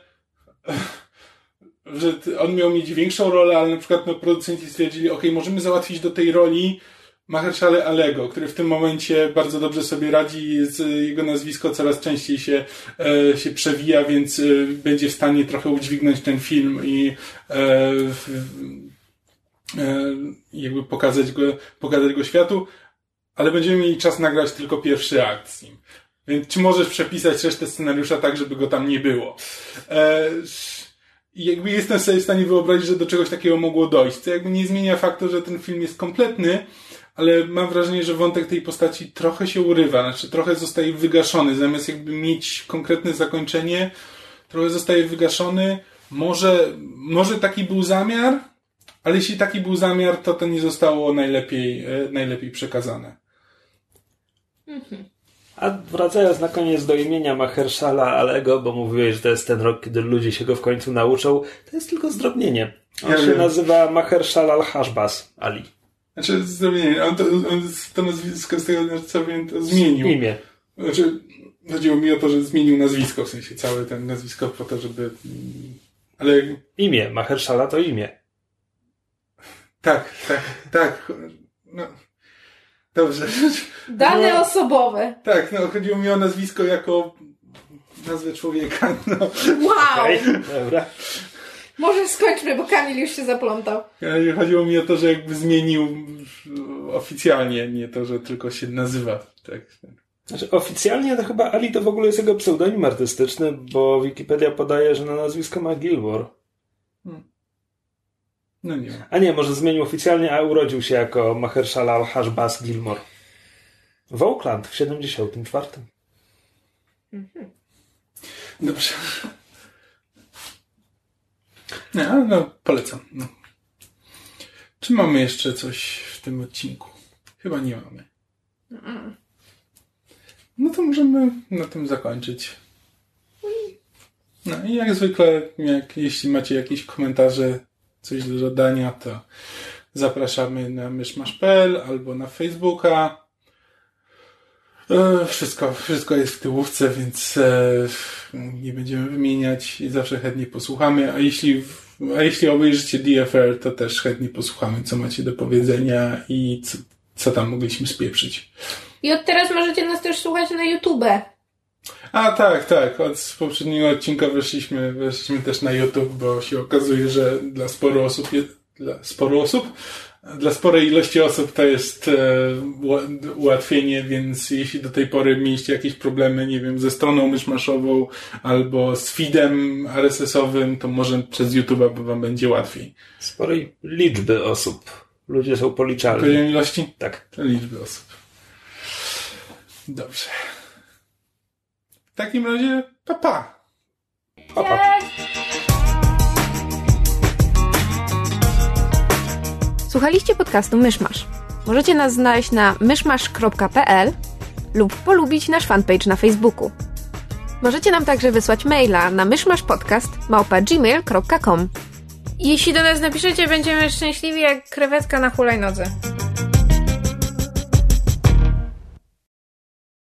on miał mieć większą rolę, ale na przykład producenci stwierdzili, możemy załatwić do tej roli Mahershala Aliego, który w tym momencie bardzo dobrze sobie radzi, jego nazwisko coraz częściej się przewija, więc będzie w stanie trochę udźwignąć ten film i jakby pokazać go światu, ale będziemy mieli czas nagrać tylko pierwszy akt z nim. Więc czy możesz przepisać resztę scenariusza tak, żeby go tam nie było? I jakby jestem sobie w stanie wyobrazić, że do czegoś takiego mogło dojść, co jakby nie zmienia faktu, że ten film jest kompletny, ale mam wrażenie, że wątek tej postaci trochę się urywa, znaczy trochę zostaje wygaszony, zamiast jakby mieć konkretne zakończenie, trochę zostaje wygaszony. Może taki był zamiar, ale jeśli taki był zamiar, to nie zostało najlepiej przekazane. A wracając na koniec do imienia Mahershala Aliego, bo mówiłeś, że to jest ten rok, kiedy ludzie się go w końcu nauczą, to jest tylko zdrobnienie. On się nazywa Mahershala al-Hashbaz Ali. Znaczy zdrobnienie, on to nazwisko z tego co wiem to zmienił. Imię. Znaczy chodziło mi o to, że zmienił nazwisko, w sensie całe ten nazwisko po to, żeby... Ale... Imię, Mahershala to imię. Tak. No... Dobrze. Dane osobowe. Tak, chodziło mi o nazwisko jako nazwę człowieka. Wow! Okay, dobra. Może skończmy, bo Kamil już się zaplątał. Chodziło mi o to, że jakby zmienił oficjalnie, nie to, że tylko się nazywa. Tak. Znaczy, oficjalnie to chyba Ali to w ogóle jest jego pseudonim artystyczny, bo Wikipedia podaje, że na nazwisko ma Gilmore. No nie. A nie, może zmienił oficjalnie, a urodził się jako Mahershala al-Hashbaz Gilmore. W Oakland w 74. Dobrze. No, polecam. No. Czy mamy jeszcze coś w tym odcinku? Chyba nie mamy. No to możemy na tym zakończyć. No i jak zwykle, jeśli macie jakieś komentarze, coś do dodania, to zapraszamy na myszmasz.pl albo na Facebooka. Wszystko jest w tyłówce, więc nie będziemy wymieniać i zawsze chętnie posłuchamy. A jeśli obejrzycie DFR, to też chętnie posłuchamy, co macie do powiedzenia i co tam mogliśmy spieprzyć. I od teraz możecie nas też słuchać na YouTube. A tak. Od poprzedniego odcinka weszliśmy też na YouTube, bo się okazuje, że dla sporej ilości osób to jest ułatwienie, więc jeśli do tej pory mieliście jakieś problemy, nie wiem, ze stroną myszmaszową albo z feedem RSS-owym, to może przez YouTube'a, bo wam będzie łatwiej. Sporej liczby osób. Ludzie są policzalni. Poziom ilości? Tak. Liczby osób. Dobrze. W takim razie, pa. Słuchaliście podcastu Myszmasz. Możecie nas znaleźć na myszmasz.pl lub polubić nasz fanpage na Facebooku. Możecie nam także wysłać maila na myszmaszpodcast@gmail.com. Jeśli do nas napiszecie, będziemy szczęśliwi jak krewetka na hulajnodze.